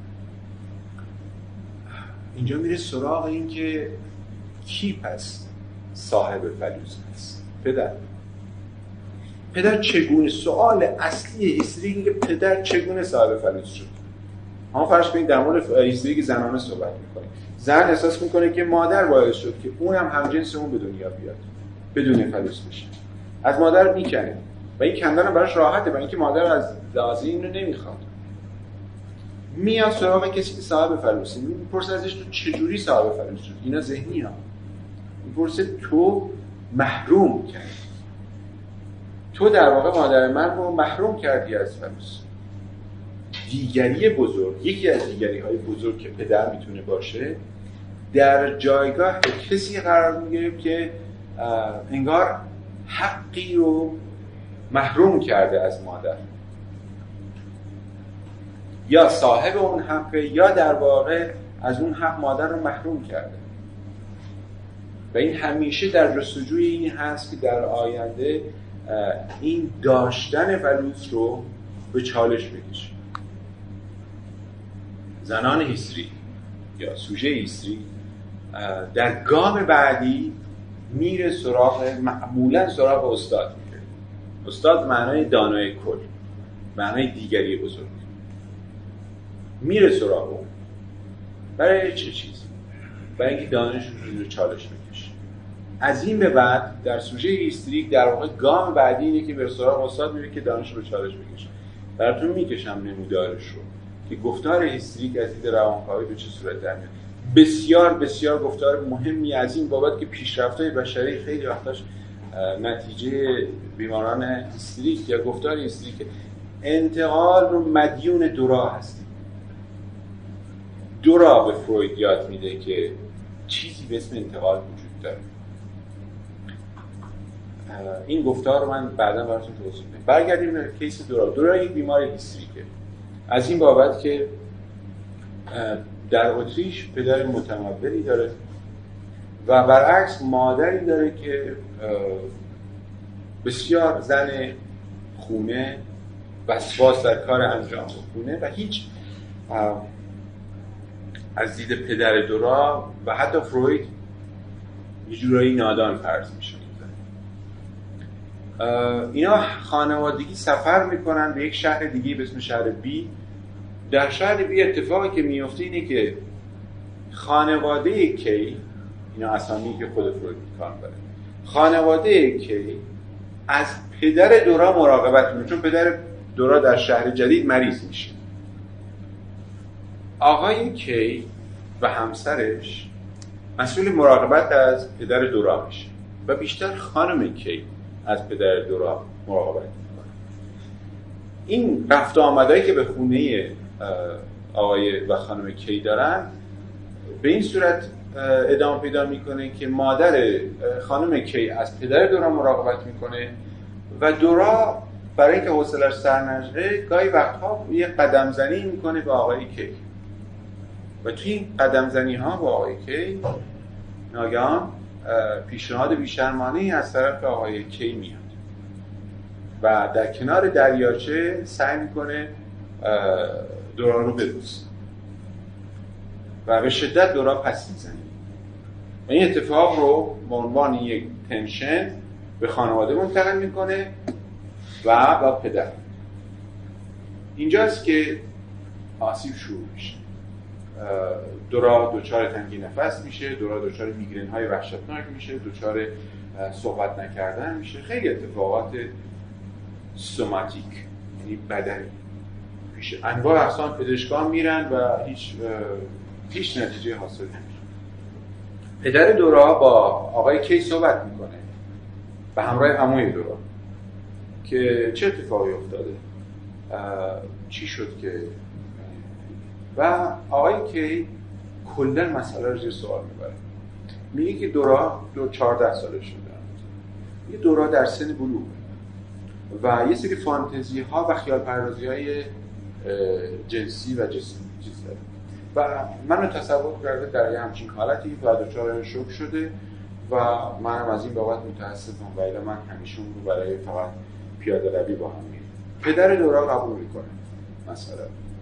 Speaker 2: اینجا میره سراغ این که کی پس صاحب فلوس هست؟ پدر. پدر چگونه؟ سوال اصلی هیستریک اینه که پدر چگونه صاحب فلوس شد. اما فرض کنید در مورد هیستریک زنانه صحبت میکنیم. زن احساس میکنه که مادر باعث شد که اونم همجنس اون به دنیا بیاد، بدون فلوس بشه. از مادر میکنه و این کندن براش راحته، برای اینکه مادر از لازم اینو نمیخواد. میاد سراغ کسی که صاحب فلوسه، میپرسه ازش تو چجوری صاحب فلوس شد؟ اینا ذهنی ها. میپرسه تو محروم کردی، تو در واقع مادر من رو محروم کردی از فلوس. دیگری بزرگ، یکی از دیگری های بزرگ که پدر میتونه باشه، در جایگاه کسی قرار میگیره که انگار حقی رو محروم کرده از مادر، یا صاحب اون حقه یا در واقع از اون حق مادر رو محروم کرده. و این همیشه در جستجوی این هست که در آینده این داشتن فلوس رو به چالش بکشه. زنان هیستری یا سوژه هیستری در گام بعدی میره سراغ، معمولا سراغ استاد میره. استاد معنای دانای کل، معنای دیگری بزرگ. میره سراغ اون. برای چه چیزی؟ برای اینکه دانش رو چالش بکشه. از این به بعد در سوژه هیستریک در واقع گام بعدی اینه که به سراغ استاد میره که دانش رو چالش بکشه. براتون میکشم نمودارش رو که گفتار هیستریک از دید روانکاوی به چه صورت در میاد. بسیار بسیار گفتار مهمی از این بابت که پیشرفت‌های بشری خیلی وقتاش نتیجه بیماران هیستریک یا گفتار هیستریک انتقال رو مدیون دورا هستیم. دورا به فروید یاد میده که چیزی به اسم انتقال وجود داره. این گفتار رو من بعدا براتون توضیح میدم. برگردیم به کیس دورا. دورا یک بیمار هیستریکه. از این بابت که در اتریش پدر متمولی داره و برعکس مادری داره که بسیار زن خونه، وسواس در کار انجام خونه و هیچ از دید پدر دورا و حتی فروید یه جورایی نادان فرض میشه. اینا خانوادگی سفر میکنن به یک شهر دیگه به اسم شهر بی. در شهر بی اتفاقی که میفته اینه که خانواده کی، اینا اسامی که خود فروید کار می‌کنه، خانواده کی از پدر دورا مراقبت میکنه، چون پدر دورا در شهر جدید مریض میشه. آقای کی و همسرش مسئول مراقبت از پدر دورا میشه و بیشتر خانم کی از پدر دورا مراقبت میکنه. این رفت و آمدایی که به خونه آقای و خانم کی دارن به این صورت ادامه پیدا میکنه که مادر خانم کی از پدر دورا مراقبت میکنه و دورا برای اینکه حوصله‌اش سر نشه گاهی وقتها یه قدم زنی میکنه به آقای کی و توی این قدم زنی ها با آقای کی ناگهان پیشنهاد بیشرمانه‌ای از طرف آقای کی میاد و در کنار دریاچه سعی میکنه دورا رو ببوسه و به شدت دورا پس میزنه. این اتفاق رو به عنوان یک تنشن به خانواده منتقل میکنه و با پدر. اینجاست که آسیب شروع میشه. دورا دچار تنگی نفس میشه، دورا دچار میگرن های وحشتناک میشه، دچار صحبت نکردن میشه. خیلی اتفاقات سوماتیک یعنی بدنی پیش انواع اقسام پزشکان میرن و هیچ هیچ نتیجه حاصل نمیشه. پدر دورا با آقای کی صحبت میکنه به همراه عموی دورا که چه اتفاقی افتاده، چی شد که، و آقای کی کلا مسئله رو زیر سوال میبره. میگه که دورا دو چهارده سالش شده، یه دورا در سن بلوغ و یه سری فانتزی ها و خیال پردازی های جنسی و جسمی چیز داره و منو تصور کرده در یه همچین حالتی و دچار شوک شده و منم از این بابت متاسفم و الا من همیشه اون رو برای فقط پیاده روی با هم میریم. پدر دورا قبول میکنه مسئله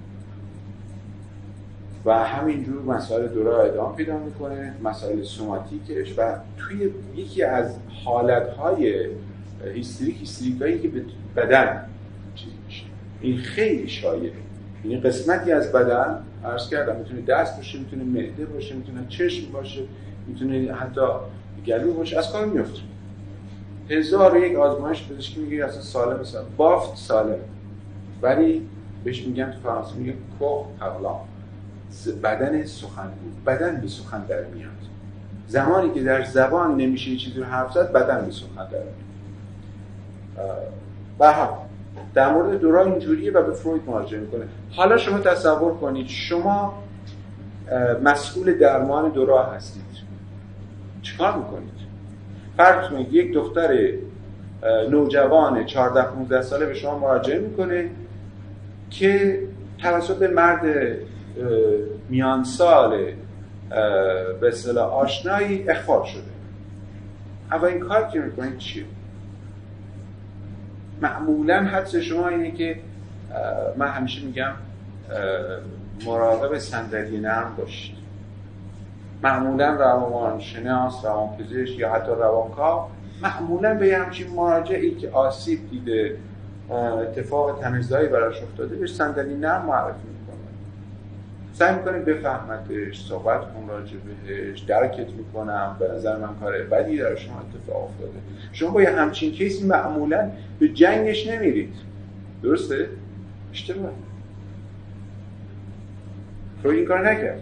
Speaker 2: و همینجور مسائل دورا ادامه پیدا میکنه، مسائل سوماتیکش و توی یکی از حالتهای هیستریک هیستریکایی که به بدن چیز میشه. این خیلی شایعه. این قسمتی از بدن عرض کردم میتونه دست باشه، میتونه معده باشه، میتونه چشم باشه، میتونه حتی گلو باشه، از کار میفته. هزار و یک آزمایش پزشکی میگه اصلا سالم سالم بافت سالم، ولی بهش میگن تو فرانسه میگن کوه پرلان، بدن سخنگو، بدن به سخن در میاد. زمانی که در زبان نمیشه یه چیزی رو حرف زد، بدن به سخن در میاد. به هر حال در مورد دورا اینجوریه و به فروید مراجعه میکنه. حالا شما تصور کنید شما مسئول درمان دورا هستید، چیکار میکنید؟ فرض کنید یک دختر نوجوان چهارده پانزده ساله به شما مراجعه میکنه که توسط مرد میان سال به اصطلاح آشنایی اخفال شده. اولین کار که میکنید چیه؟ معمولا حدس شما اینه که من همیشه میگم مراقب صندلی نرم باشید. معمولا روانشناس، روانپزشک یا حتی روانکاو معمولا به یه همچین مراجعی که آسیب دیده، اتفاق تنش‌زایی براش افتاده، بهش صندلی نرم معرفی میکنه. سعی میکنه بفهمتش، صحبت کن راجع بهش، درکت میکنم، به نظر من کار بدی در شما اتفاق افتاده. شما با یه همچین کیسی معمولا به جنگش نمیرید. درسته؟ اشتباه. فروید این کار نکرد.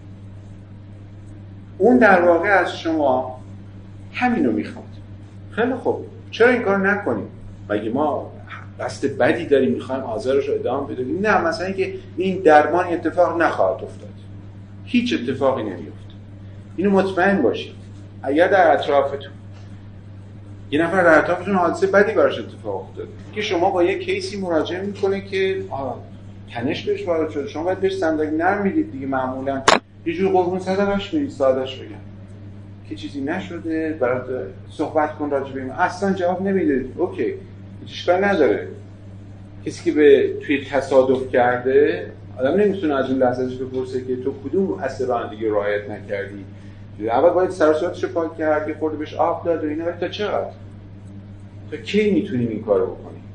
Speaker 2: اون در واقع از شما همینو میخواد. خیلی خوب، چرا این کار نکنیم؟ مگه ما قصد بدی داریم میخوایم آزارش رو ادامه بدیم؟ نه، مثلا اینکه این درمان اتفاق نخواهد افتاد، هیچ اتفاقی نمیفته. اینو مطمئن باشید. اگر در اطرافتون یه نفر در اطرافتون حادثه بدی براش اتفاق افتاده که شما با یه کیسی مراجعه میکنه که تنش بهش وارد شده، شما باید بهش صندلی نرم میدید دیگه. معمولا یه جور قربون صدقش میدید، سادهش بگم که چیزی نشده، برات صحبت کن راجع به این، اصلا جواب نمیده. اوکی، اشکال نداره. کسی که به توی تصادف کرده، آدم نمیتونه از اون لحظه ازش بپرسه که تو کدوم اصل رانندگی رعایت نکردی. اول باید سر و صورتشو پاک کرد، که خورده بهش آب داد و اینا. ولی تا چقدر؟ تا کی میتونیم این کارو بکنیم؟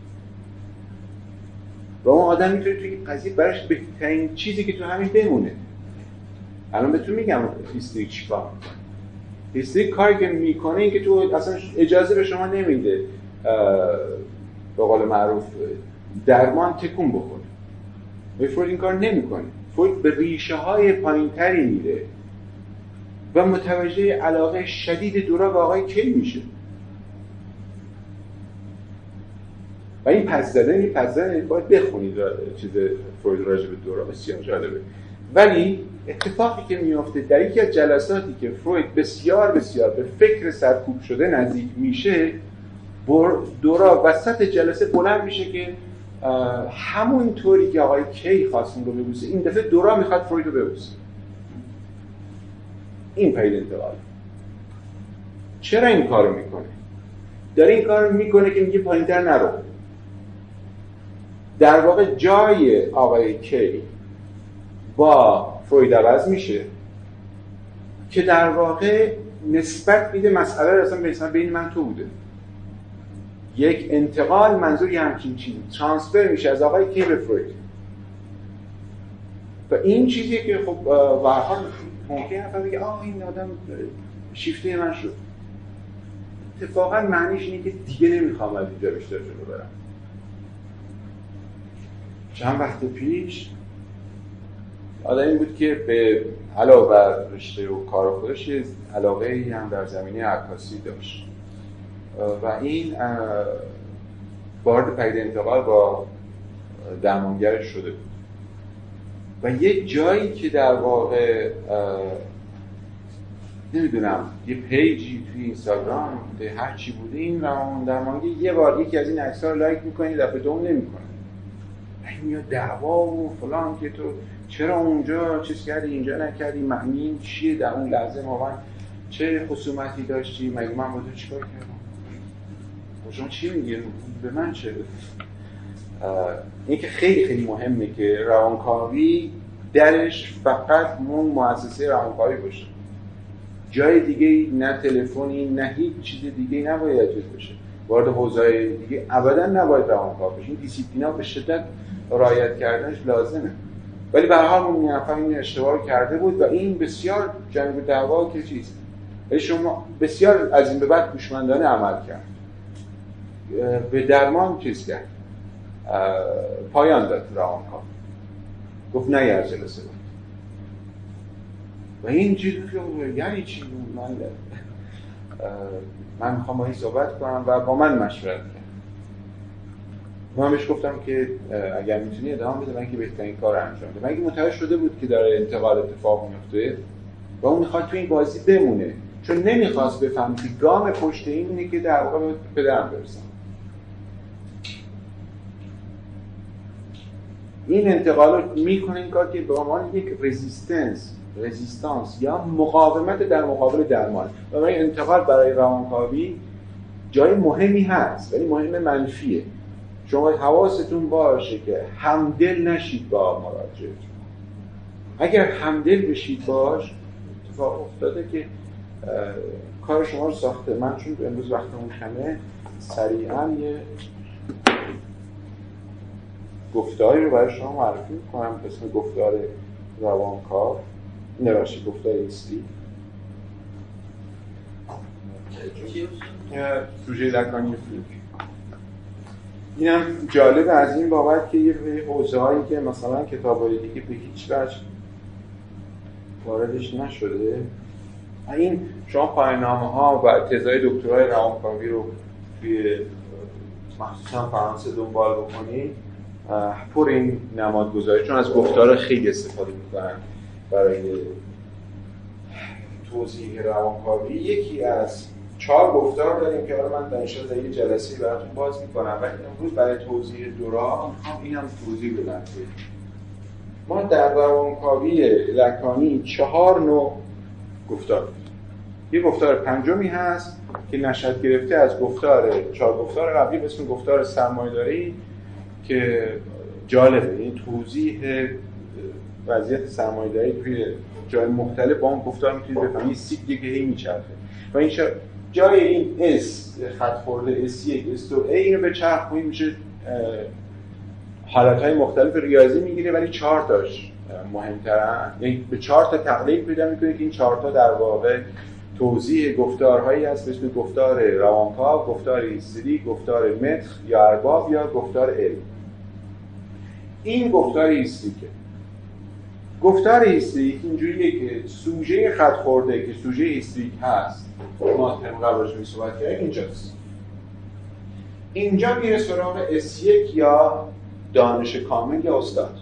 Speaker 2: و اون آدم میتونه توی قضیه براش بهترین چیزی که تو همین بمونه. الان بهتون میگم هیستریک چیکار میکنه. هیستریک کاری که میکنه این که تو اصلا اجازه به شما نمیده به قول معروف درمان تکون بخوره. و فروید این کار نمیکنه. فروید به ریشه های پایینتری میره و متوجه علاقه شدید دورا به آقای کی میشه. و این پس زدن این پس زدن باید بخونید چیز فروید راجع به دورا، بسیار جالبه. ولی اتفاقی که میفته در یکی از جلساتی که فروید بسیار بسیار به فکر سرکوب شده نزدیک میشه، دورا وسط جلسه بلند میشه که همون طوری که آقای کی خواست اون رو ببوسه، این دفعه دورا میخواد فروید رو ببوسه. این پدیده انتقال. چرا این کارو میکنه؟ داره این کار میکنه که میگه پایین‌تر نرو. در واقع جای آقای کی با فروید عوض میشه که در واقع نسبت میده مسئله رو اصلا مثلا بین من تو بوده. یک انتقال منظور یه همچین چیزی ترانسفر میشه از آقای کی به فروید و این چیزیه که خب به هر حال ممکنه نفر بگه آه این آدم شیفته من شد. اتفاقا معنیش اینه که دیگه نمیخوام از اینجا بیشتر جلو برم. چند وقت پیش آدمی بود که به علاوه بر رشته و کار خودش علاقه‌ای هم در زمینه عکاسی داشت و این وارد پدیده انتقال با درمانگرش شده بود و یک جایی که در واقع نمیدونم یه پیجی توی اینستاگرام به هر چی بوده این درمانگر یه بار یکی از این عکس‌ها رو لایک می‌کنه دفعه دوم نمی‌کنه. این میاد دعوا و فلان که تو چرا اونجا چیز کردی اینجا نکردی، معنی چیه در اون لحظه واقعا چه خصومتی داشتی، مگه من با تو چیکار کردم؟ شما چی میگین؟ به من چه؟ این که خیلی خیلی مهمه که روانکاوی درش فقط اون مؤسسه روانکاوی باشه. جای دیگه نه تلفنی نه هیچ چیز دیگه نباید چیز بشه. وارد حوزه‌های دیگه ابداً نباید روانکاو بشه. این دیسیپلینا به شدت رعایت کردنش لازمه. ولی به هر حال اون نفر این اشتباه رو کرده بود و این بسیار جنگ دعوا که چیز. ولی شما بسیار از این به بعد هوشمندانه عمل کرد. به درمان چیز کرد. پایان داد روانکاو. گفت نه یه جلسه بود. و این چیزی که یعنی چی من من میخوام با این صحبت کنم و با من مشورت کنم. من بهش گفتم که اگر میتونی ادامه بده من که بهترین کار انجام بده. من اگه متوجه شده بود که داره انتقال اتفاق میفته و اون میخواد تو این بازی بمونه چون نمیخواست بفهمه که گام پشت این اینه که در واقع به پدرم برسم. این انتقال رو میکنه این کار که به عنوان یک رزिस्टنس رزिस्टانس یا مقاومت در مقابل درمان و این انتقال برای روانکاوی جای مهمی هست ولی مهم منفیه. شما حواستون باشه که همدل نشید با مراجع. اگر همدل بشید باش اتفاق افتاده که کار شما رو ساخته. من چون امروز وقتمون کمه سریعا یه گفتاری رو برای شما معرفی می‌کنم به اسم گفتار روانکاو. نوشته گفتار ایستی سوژه لکانی فلوک. اینم جالب از این بابت که یه حوزه‌هایی که مثلا کتاب‌های دیگه به هیچ وجه واردش نشده. این شما پایان‌نامه‌ها و تزای دکترای روانکاوی رو توی مخصوصا فرانسه دنبال بکنید پر این نمادگذاری چون از گفتار خیلی استفاده می‌کنن برای توضیح روانکاوی. یکی از چهار گفتار داریم که حالا من در انشاءالله یه جلسه‌ای براتون باز می‌کنم ولی امروز برای توضیح دورا می‌خوام اینم توضیح بدم. ما در روانکاوی لکانی چهار نوع گفتار داریم. یه گفتار پنجمی هست که نشأت گرفته از گفتار چهار گفتار قبلی به اسم گفتار سرمایه‌داری که جالبه. این توضیح وضعیت سرمایه‌داری توی جای مختلف با اون گفتار میتونید بفهمید. این سیکلی که هی میچرخه و این جای این S خط خورده اس یک اس دو A اینو به چرخ کنید میشه حالتهای مختلف ریاضی میگیره ولی چهار تاش مهمترن. یعنی به چهار تا تقلیل پیدا میکنه که این چهار تا در واقع توضیح گفتارهایی هست به اسم گفتار روانکاو، گفتار ایستری، گفتار متر یا ارباب یا گفتار علم. این گفتار ایستریکه. گفتار ایستریک اینجوریه که سوژه خط خورده که سوژه ایستریک هست ما طبق قبلش می صحبت کردیم اینجاست. اینجا میره سراغ اس یک یا دانش کامل یا استاد.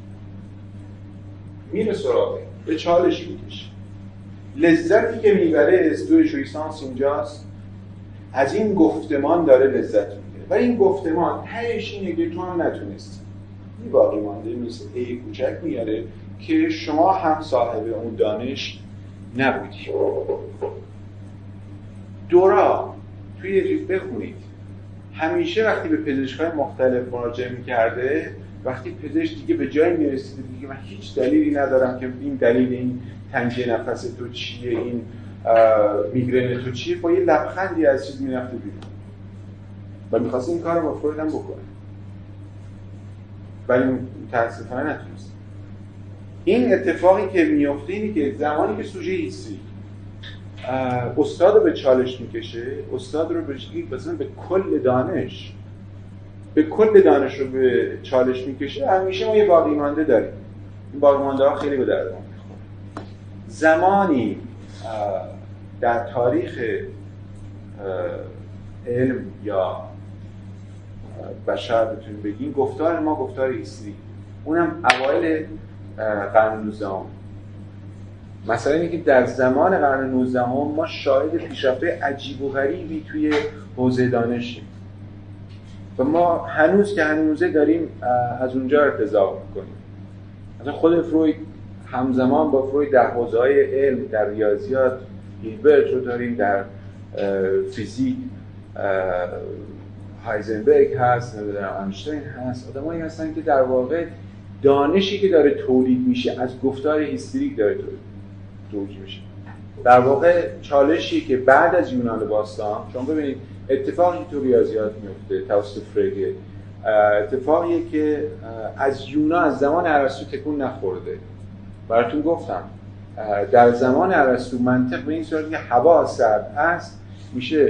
Speaker 2: میره سراغ به چالش میکشه. لذتی که میبره اس دو جویسانس اینجاست. از این گفتمان داره لذت میگیره و این گفتمان تهش اینه که تو هم نتونستی. این باقی مانده مثل ای کوچک میاره که شما هم صاحب اون دانش نبودی. دورا توی چیز بخونید همیشه وقتی به پزشکای مختلف مراجعه می‌کرده، وقتی پزشک دیگه به جایی میرسید دیگه من هیچ دلیلی ندارم که این دلیل این تنگی نفس تو چیه، این میگرن تو چیه، با یه لبخندی از چیز میرفته بیرون و می‌خواست این کارو با فروید هم بکنه، ولی متأسفانه نتونست. این اتفاقی که میفته اینه که زمانی که سوژه هیستریک استاد رو به چالش میکشه، استاد رو به مثلا به کل دانش به کل دانش رو به چالش میکشه، همیشه ما یه باقی مانده داریم. این باقی مانده ها خیلی به درد ما میخوره. زمانی در تاریخ علم یا بشر بتونیم بگیم گفتار ما گفتار هیستریک، اونم اوایل قرن نوزدهم. مثلا اینه که در زمان قرن نوزدهم ما شاهد پیشرفت‌های عجیب و غریبی توی حوزه دانشیم و ما هنوز که هنوزه داریم از اونجا ارتزاق میکنیم. مثلا خود فروید همزمان با فروید در حوزه‌های علم، در ریاضیات هیلبرت رو داریم، در فیزیک هایزنبرگ هست، نمیدونم اینشتین هست. آدمایی هستن که در واقع دانشی که داره تولید میشه از گفتار هیستریک داره تولید میشه. در واقع چالشی که بعد از یونان باستان، شما ببینید اتفاقی تو ریاضیات میفته توسط فرگه، اتفاقی که از یونان از زمان ارسطو تکون نخورده. براتون گفتم در زمان ارسطو منطق به این صورت که هوا سرد است میشه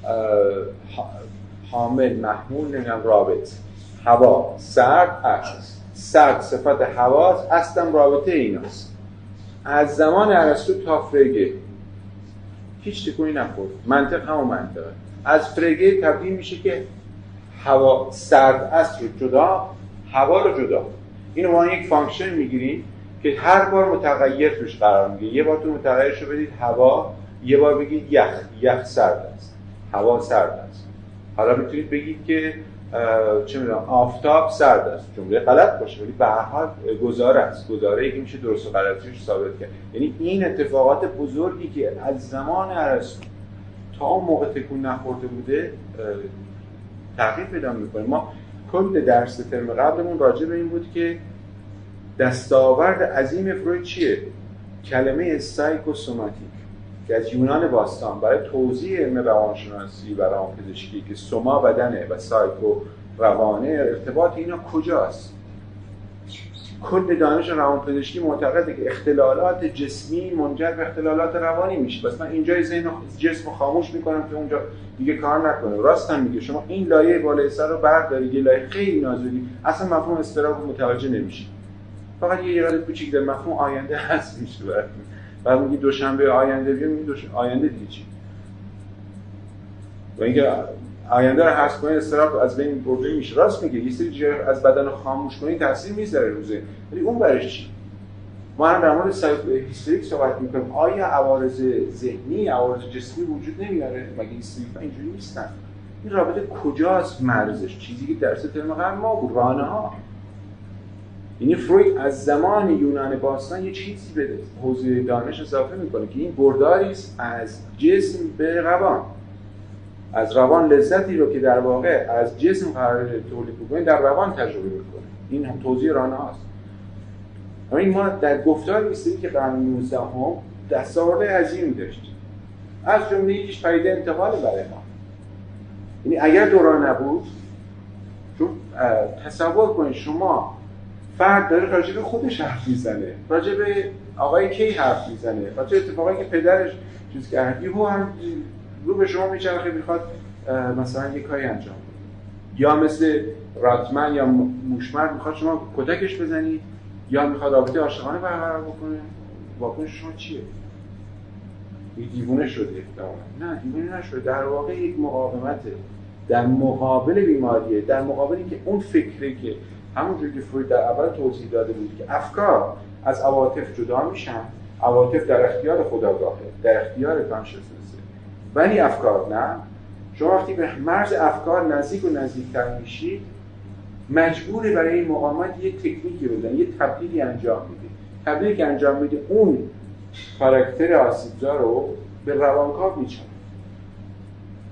Speaker 2: حامل محمول نمیدونم رابط. هوا سرد است، سرد صفت هواست، اصلا رابطه ایناست. از زمان ارسطو تا فرگه هیچ تکونی نخورد. منطق همون منطقه. از فرگه تبدیل میشه که هوا سرد است رو جدا، هوا رو جدا. اینو ما یک فانکشن میگیریم که هر بار متغیر توش قرار میگیره. یه بار تو متغیرش رو بدید هوا، یه بار بگید یخ، یخ سرد است، هوا سرد است. حالا میتونید بگید که چه میدونم آفتاب سرد است. جمله غلط باشه ولی به هر حال گزاره است. گزاره‌ای که میشه درست و غلطیش ثابت کرد. یعنی این اتفاقات بزرگی که از زمان ارسطو تا اون موقع تکون نخورده بوده تغییر پیدا میکنه. ما کل درس ترم قبلمون راجع به این بود که دستاورد عظیم فروید چیه؟ کلمه سایکوسوماتیک که از یونان باستان برای توضیح علم روانشناسی و روانپزشکی که سوما بدنه و سایکو روانه، ارتباط اینا کجاست؟ کل دانش روانپزشکی معتقده که اختلالات جسمی منجر به اختلالات روانی میشه. بس من اینجای ذهن و جسم خاموش میکنم که اونجا دیگه کار نکنه. راست هم میگه. شما این لایه بالای سر رو بردارید، یه لایه خیلی نازلی، اصلا مفهوم اضطراب رو متوجه نمیشید. فقط یه ایراد کوچیک در مفهوم آینده هست میشه. بعد میگی دوشنبه آینده بیام، میگی دوش... آینده دیگه چی؟ و اینکه آینده رو حذف کنید استراب از بین برده میشه. راست میگه. یه سری جای از بدن رو خاموش کنید تاثیر میذاره روزه. ولی اون برش چی؟ ما هم در مورد هیستریک صحبت میکنیم. آیا عوارض ذهنی، عوارض جسمی وجود نمیاره؟ مگه هیستریک اینجوری نیستن؟ این رابطه کجاست مرزش؟ چیزی که درس ترم قبل ما بود، رانه ها. یعنی فروید از زمان یونان باستان یه چیزی به حوزه دانش اضافه میکنه که این برداری است از جسم به روان. از روان لذتی رو که در واقع از جسم قرار تولید بکنه در روان تجربه میکنه. این هم توضیح رانه هاست. همین ما در گفتار هیستریک که قرن نوزدهم دستاورد عظیمی داشتیم. از جمله یکیش پدیده انتقال برای ما. یعنی اگر دوران نبود، چون تصور کنید شما فرد داره راجع به خودش حرف میزنه، راجع به آقای کی حرف میزنه، راجع به اتفاقی که پدرش چیز کرد، یهو هم رو به شما میچرخه میخواد مثلا یه کاری انجام بده. یا مثل راتمن یا موشمرد میخواد شما کتکش بزنید، یا میخواد رابطه عاشقانه برقرار بکنه. واکنش شما چیه؟ یه دیوونه شده. نه دیوونه نشده. در واقع یک مقاومته در مقابل بیماریه، در مقابلی که اون فکری که همونجوری که فروید در اول توضیح داده بود که افکار از عواطف جدا میشن، عواطف در اختیار خودآگاهه، در اختیار کانشسنسه، ولی افکار نه. شما وقتی به مرز افکار نزدیک و نزدیکتر میشید، مجبوری برای این مقاومت یه تکنیکی بزنید، یه تبدیلی انجام میدید. تبدیلی که انجام میدید اون کاراکتر آسیبزا رو به روانکاو میچنه.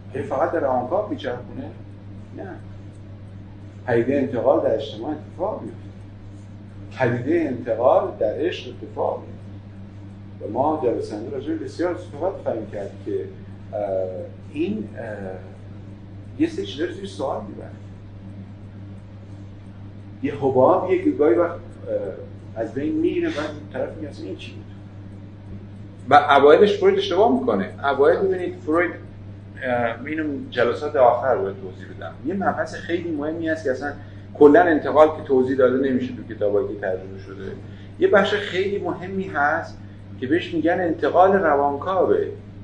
Speaker 2: آیا فقط در روانکاو میچرخونه؟ نه. پدیده انتقال در اجتماع اتفاق میفته. پدیده انتقال در عشق اتفاق میفته. و ما جلسه اندر راجع به بسیار صحبت خواهیم کرد که این یه سری چیزا رو زیر سوال میبره. یه حباب یه گاهی وقت از بین میره، بعد طرف میگه اصلا این چی بود؟ و اوایلش فروید اشتباه میکنه. اوایل ببینید فروید، اینو جلسات آخر رو توضیح بدم، یه مبحث خیلی مهمی هست که اصلا کلا انتقال که توضیح داده نمیشه تو کتابایی که ترجمه شده. یه بخش خیلی مهمی هست که بهش میگن انتقال روانکاوه.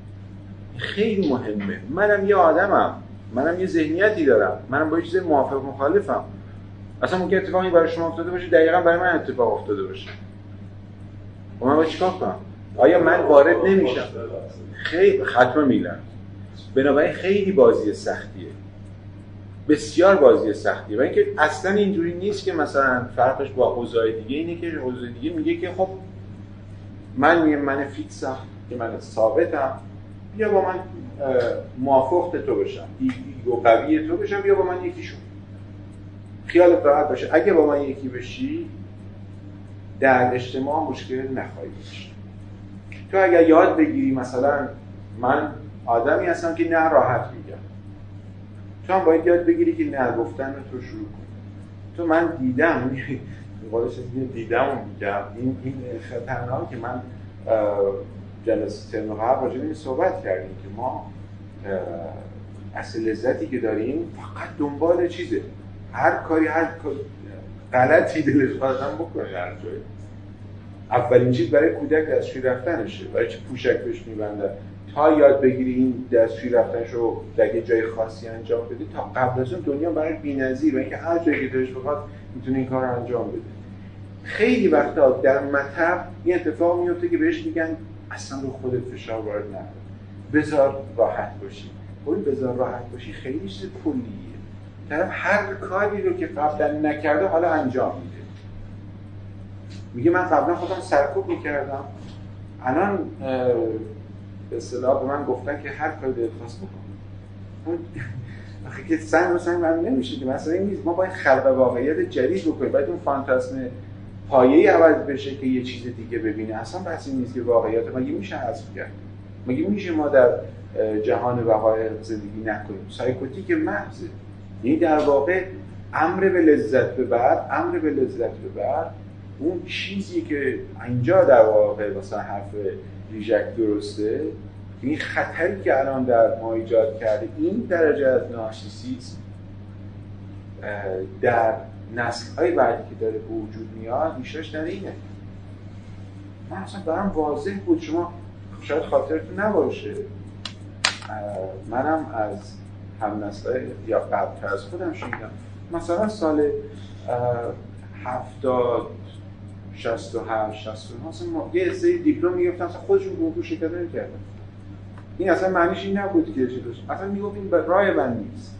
Speaker 2: خیلی مهمه. منم یه آدمم، منم یه ذهنیتی دارم، منم با یه چیز موافق مخالفم. اصلا ممکن اتفاقی برای شما افتاده باشه دقیقاً برای من اتفاق افتاده باشه. و من باید چیکار کنم؟ آیا من وارد نمیشم؟ خیلی ختم میلم. بنابراین خیلی بازی سختیه. بسیار بازی سختیه. و اینکه اصلا اینجوری نیست که مثلا فرقش با اوضاع دیگه اینه که اوضاع دیگه میگه که خب من میگم من فیکسم، که من ثابتم، بیا با من موافق تو بشم، ایگو قوی تو بشم، بیا با من یکیشون. خیالت راحت باشه اگه با من یکی بشی در اجتماع مشکل نخواهی داشت. تو اگر یاد بگیری مثلا من آدمی هستم که نه راحت میگم، تو هم باید یاد بگیری که نه گفتن رو تو شروع کن. تو من دیدم قولش دیدم و میگم این این خطرناکه که من جلسه ترم قبل راجع به این صحبت کردیم که ما اصل لذتی که داریم فقط دنبال چیزه، هر کاری هر غلطی دلش خواهد هم بکنه هر جایی. اولین چیز برای کودک دستشویی رفتنشه، برای چه پوشک بهش میبندن تا یاد بگیری این دستشویی رفتنش رو در یه جای خاصی انجام بدی، تا قبل از اون دنیا برای بی‌نظیر و اینکه هر جایی که دلش بخواد میتونه این کار رو انجام بده. خیلی وقتا در مطب این اتفاق میفته که بهش میگن اصلا رو خودت فشار وارد نکن، بذار راحت باشی. اون بذار راحت باشی خیلی چیز کلیه. طرف هر کاری رو که قبلا نکرده حالا انجام میده. میگه من قبلا خودم سرکوب میکردم، الان به اصطلاح به من گفتن که هر کاری دلت خواست بکن. آخه که سنگ رو سنگ من نمیشه که مثلا این نیست. ما باید خلق واقعیت جدید بکنیم، باید اون فانتزم پایه‌ای عوض بشه که یه چیز دیگه ببینه. اصلا بحث این نیست که واقعیت مگه میشه حذف کرد؟ مگه میشه ما در جهان وقایع زندگی نکنیم؟ سایکوتیک محض. این در واقع امر به لذت ببر، امر به لذت ببر اون چیزی که اینجا در واقع مثلا حرف ریژک درسته، این خطری که الان در ما ایجاد کرده این درجه از نارسیسیسم در نسل‌های بعدی که داره به وجود میاد میشهش در اینه. من اصلا برام واضح بود، شما شاید خاطرتون نباشه، منم از هم نسل‌های یا قبل‌تر از خودم شنیدم مثلا سال هفتاد شصت و هشت شصت و نه اصلا یه سری دیپلم میگفتن اصلا خودشون گروه شرکت نمی‌کردن. این اصلا معنیش این نبود که چی داشت، اصلا میگفت این راه من نیست،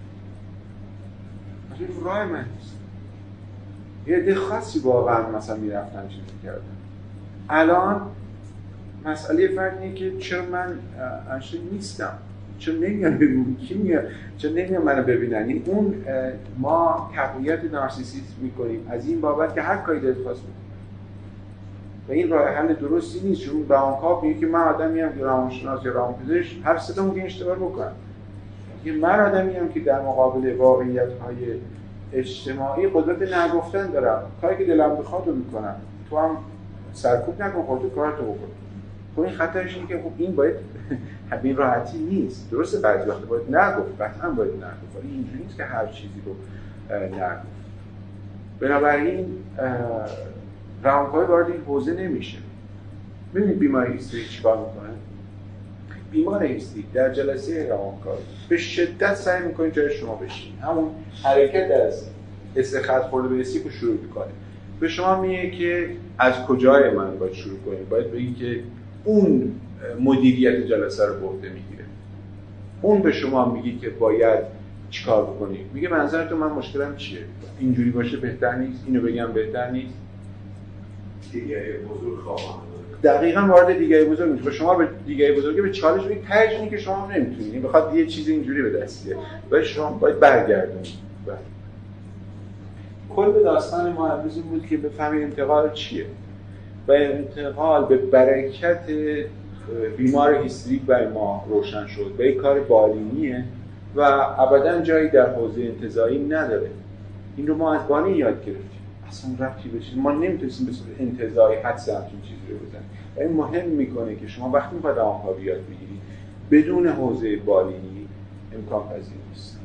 Speaker 2: اصلا این راه من نیست. یه عده خاصی واقعا مثلا میرفتن چیز می‌کردن. الان مسئله فرق اینه که چرا من انشین نیستم، چرا نمیان ببینن، کی میاد، چرا نمیان منو ببینن. این اون ما تقویت نارسیسیسم میکنیم از این بابت که هر کاری دلت خواست بکنی و این راه حل درستی نیست. چون روانکاو میگه که من آدمیم که روانشناس یا روانپزشک هر سه تا ممکن اشتباه بکنم. که من آدمیم که در مقابل واقعیت‌های اجتماعی قدرت نگفتن دارم، کاری که دلم بخواد رو میکنم، تو هم سرکوب نکن، خودت کارتو بکن. خب این خطرش اینه که خب این باید همین راحتی نیست. درسته بعضی وقت باید نگفت، قطعا باید نگفت، ولی اینجوری نیست که هر چیزی رو نگفت. بنابراین روانکاوی وارد این حوزه نمیشه. ببینید بیمار هیستری چیکار میکنه؟ بیمار هیستری در جلسه روانکاوی به شدت سعی میکنه جای شما بشین، همون حرکت از استخدام خورده به استیک رو شروع میکنه. به شما میگه که از کجای من باید شروع کنیم، باید بگی که اون مدیریت جلسه رو به عهده میگیره. اون به شما میگه که باید چیکار بکنیم. میگه منظرتون من مشکلم چیه؟ اینجوری باشه بهتر نیست؟ اینو بگم بهتر نیست؟
Speaker 4: دیگه حضور خواهم
Speaker 2: دقیقاً وارد دیگه بزرگ میشه. شما به دیگه بزرگی به چالش میگید ترجمه‌ای که شما نمیتونید. این بخواد یه چیز اینجوری به دست بیاره. باید شما باید برگردونید. کل داستان ما امروز این بود که بفهمید انتقال چیه. و انتقال به برکت بیمار هیستریک برای ما روشن شد. به یک کار بالینیه و ابداً جایی در حوزه انتزاعی نداره. این رو ما از بالین یاد گرفتیم. اصلا ربطی بشه. ما نمیتونستیم به صورت انتزاعی حدس همچین چیزی رو بزنیم. این مهم میکنه که شما وقتی میخواید روانکاوی یاد بگیرید بدون حوزه بالینی امکان پذیر نیست.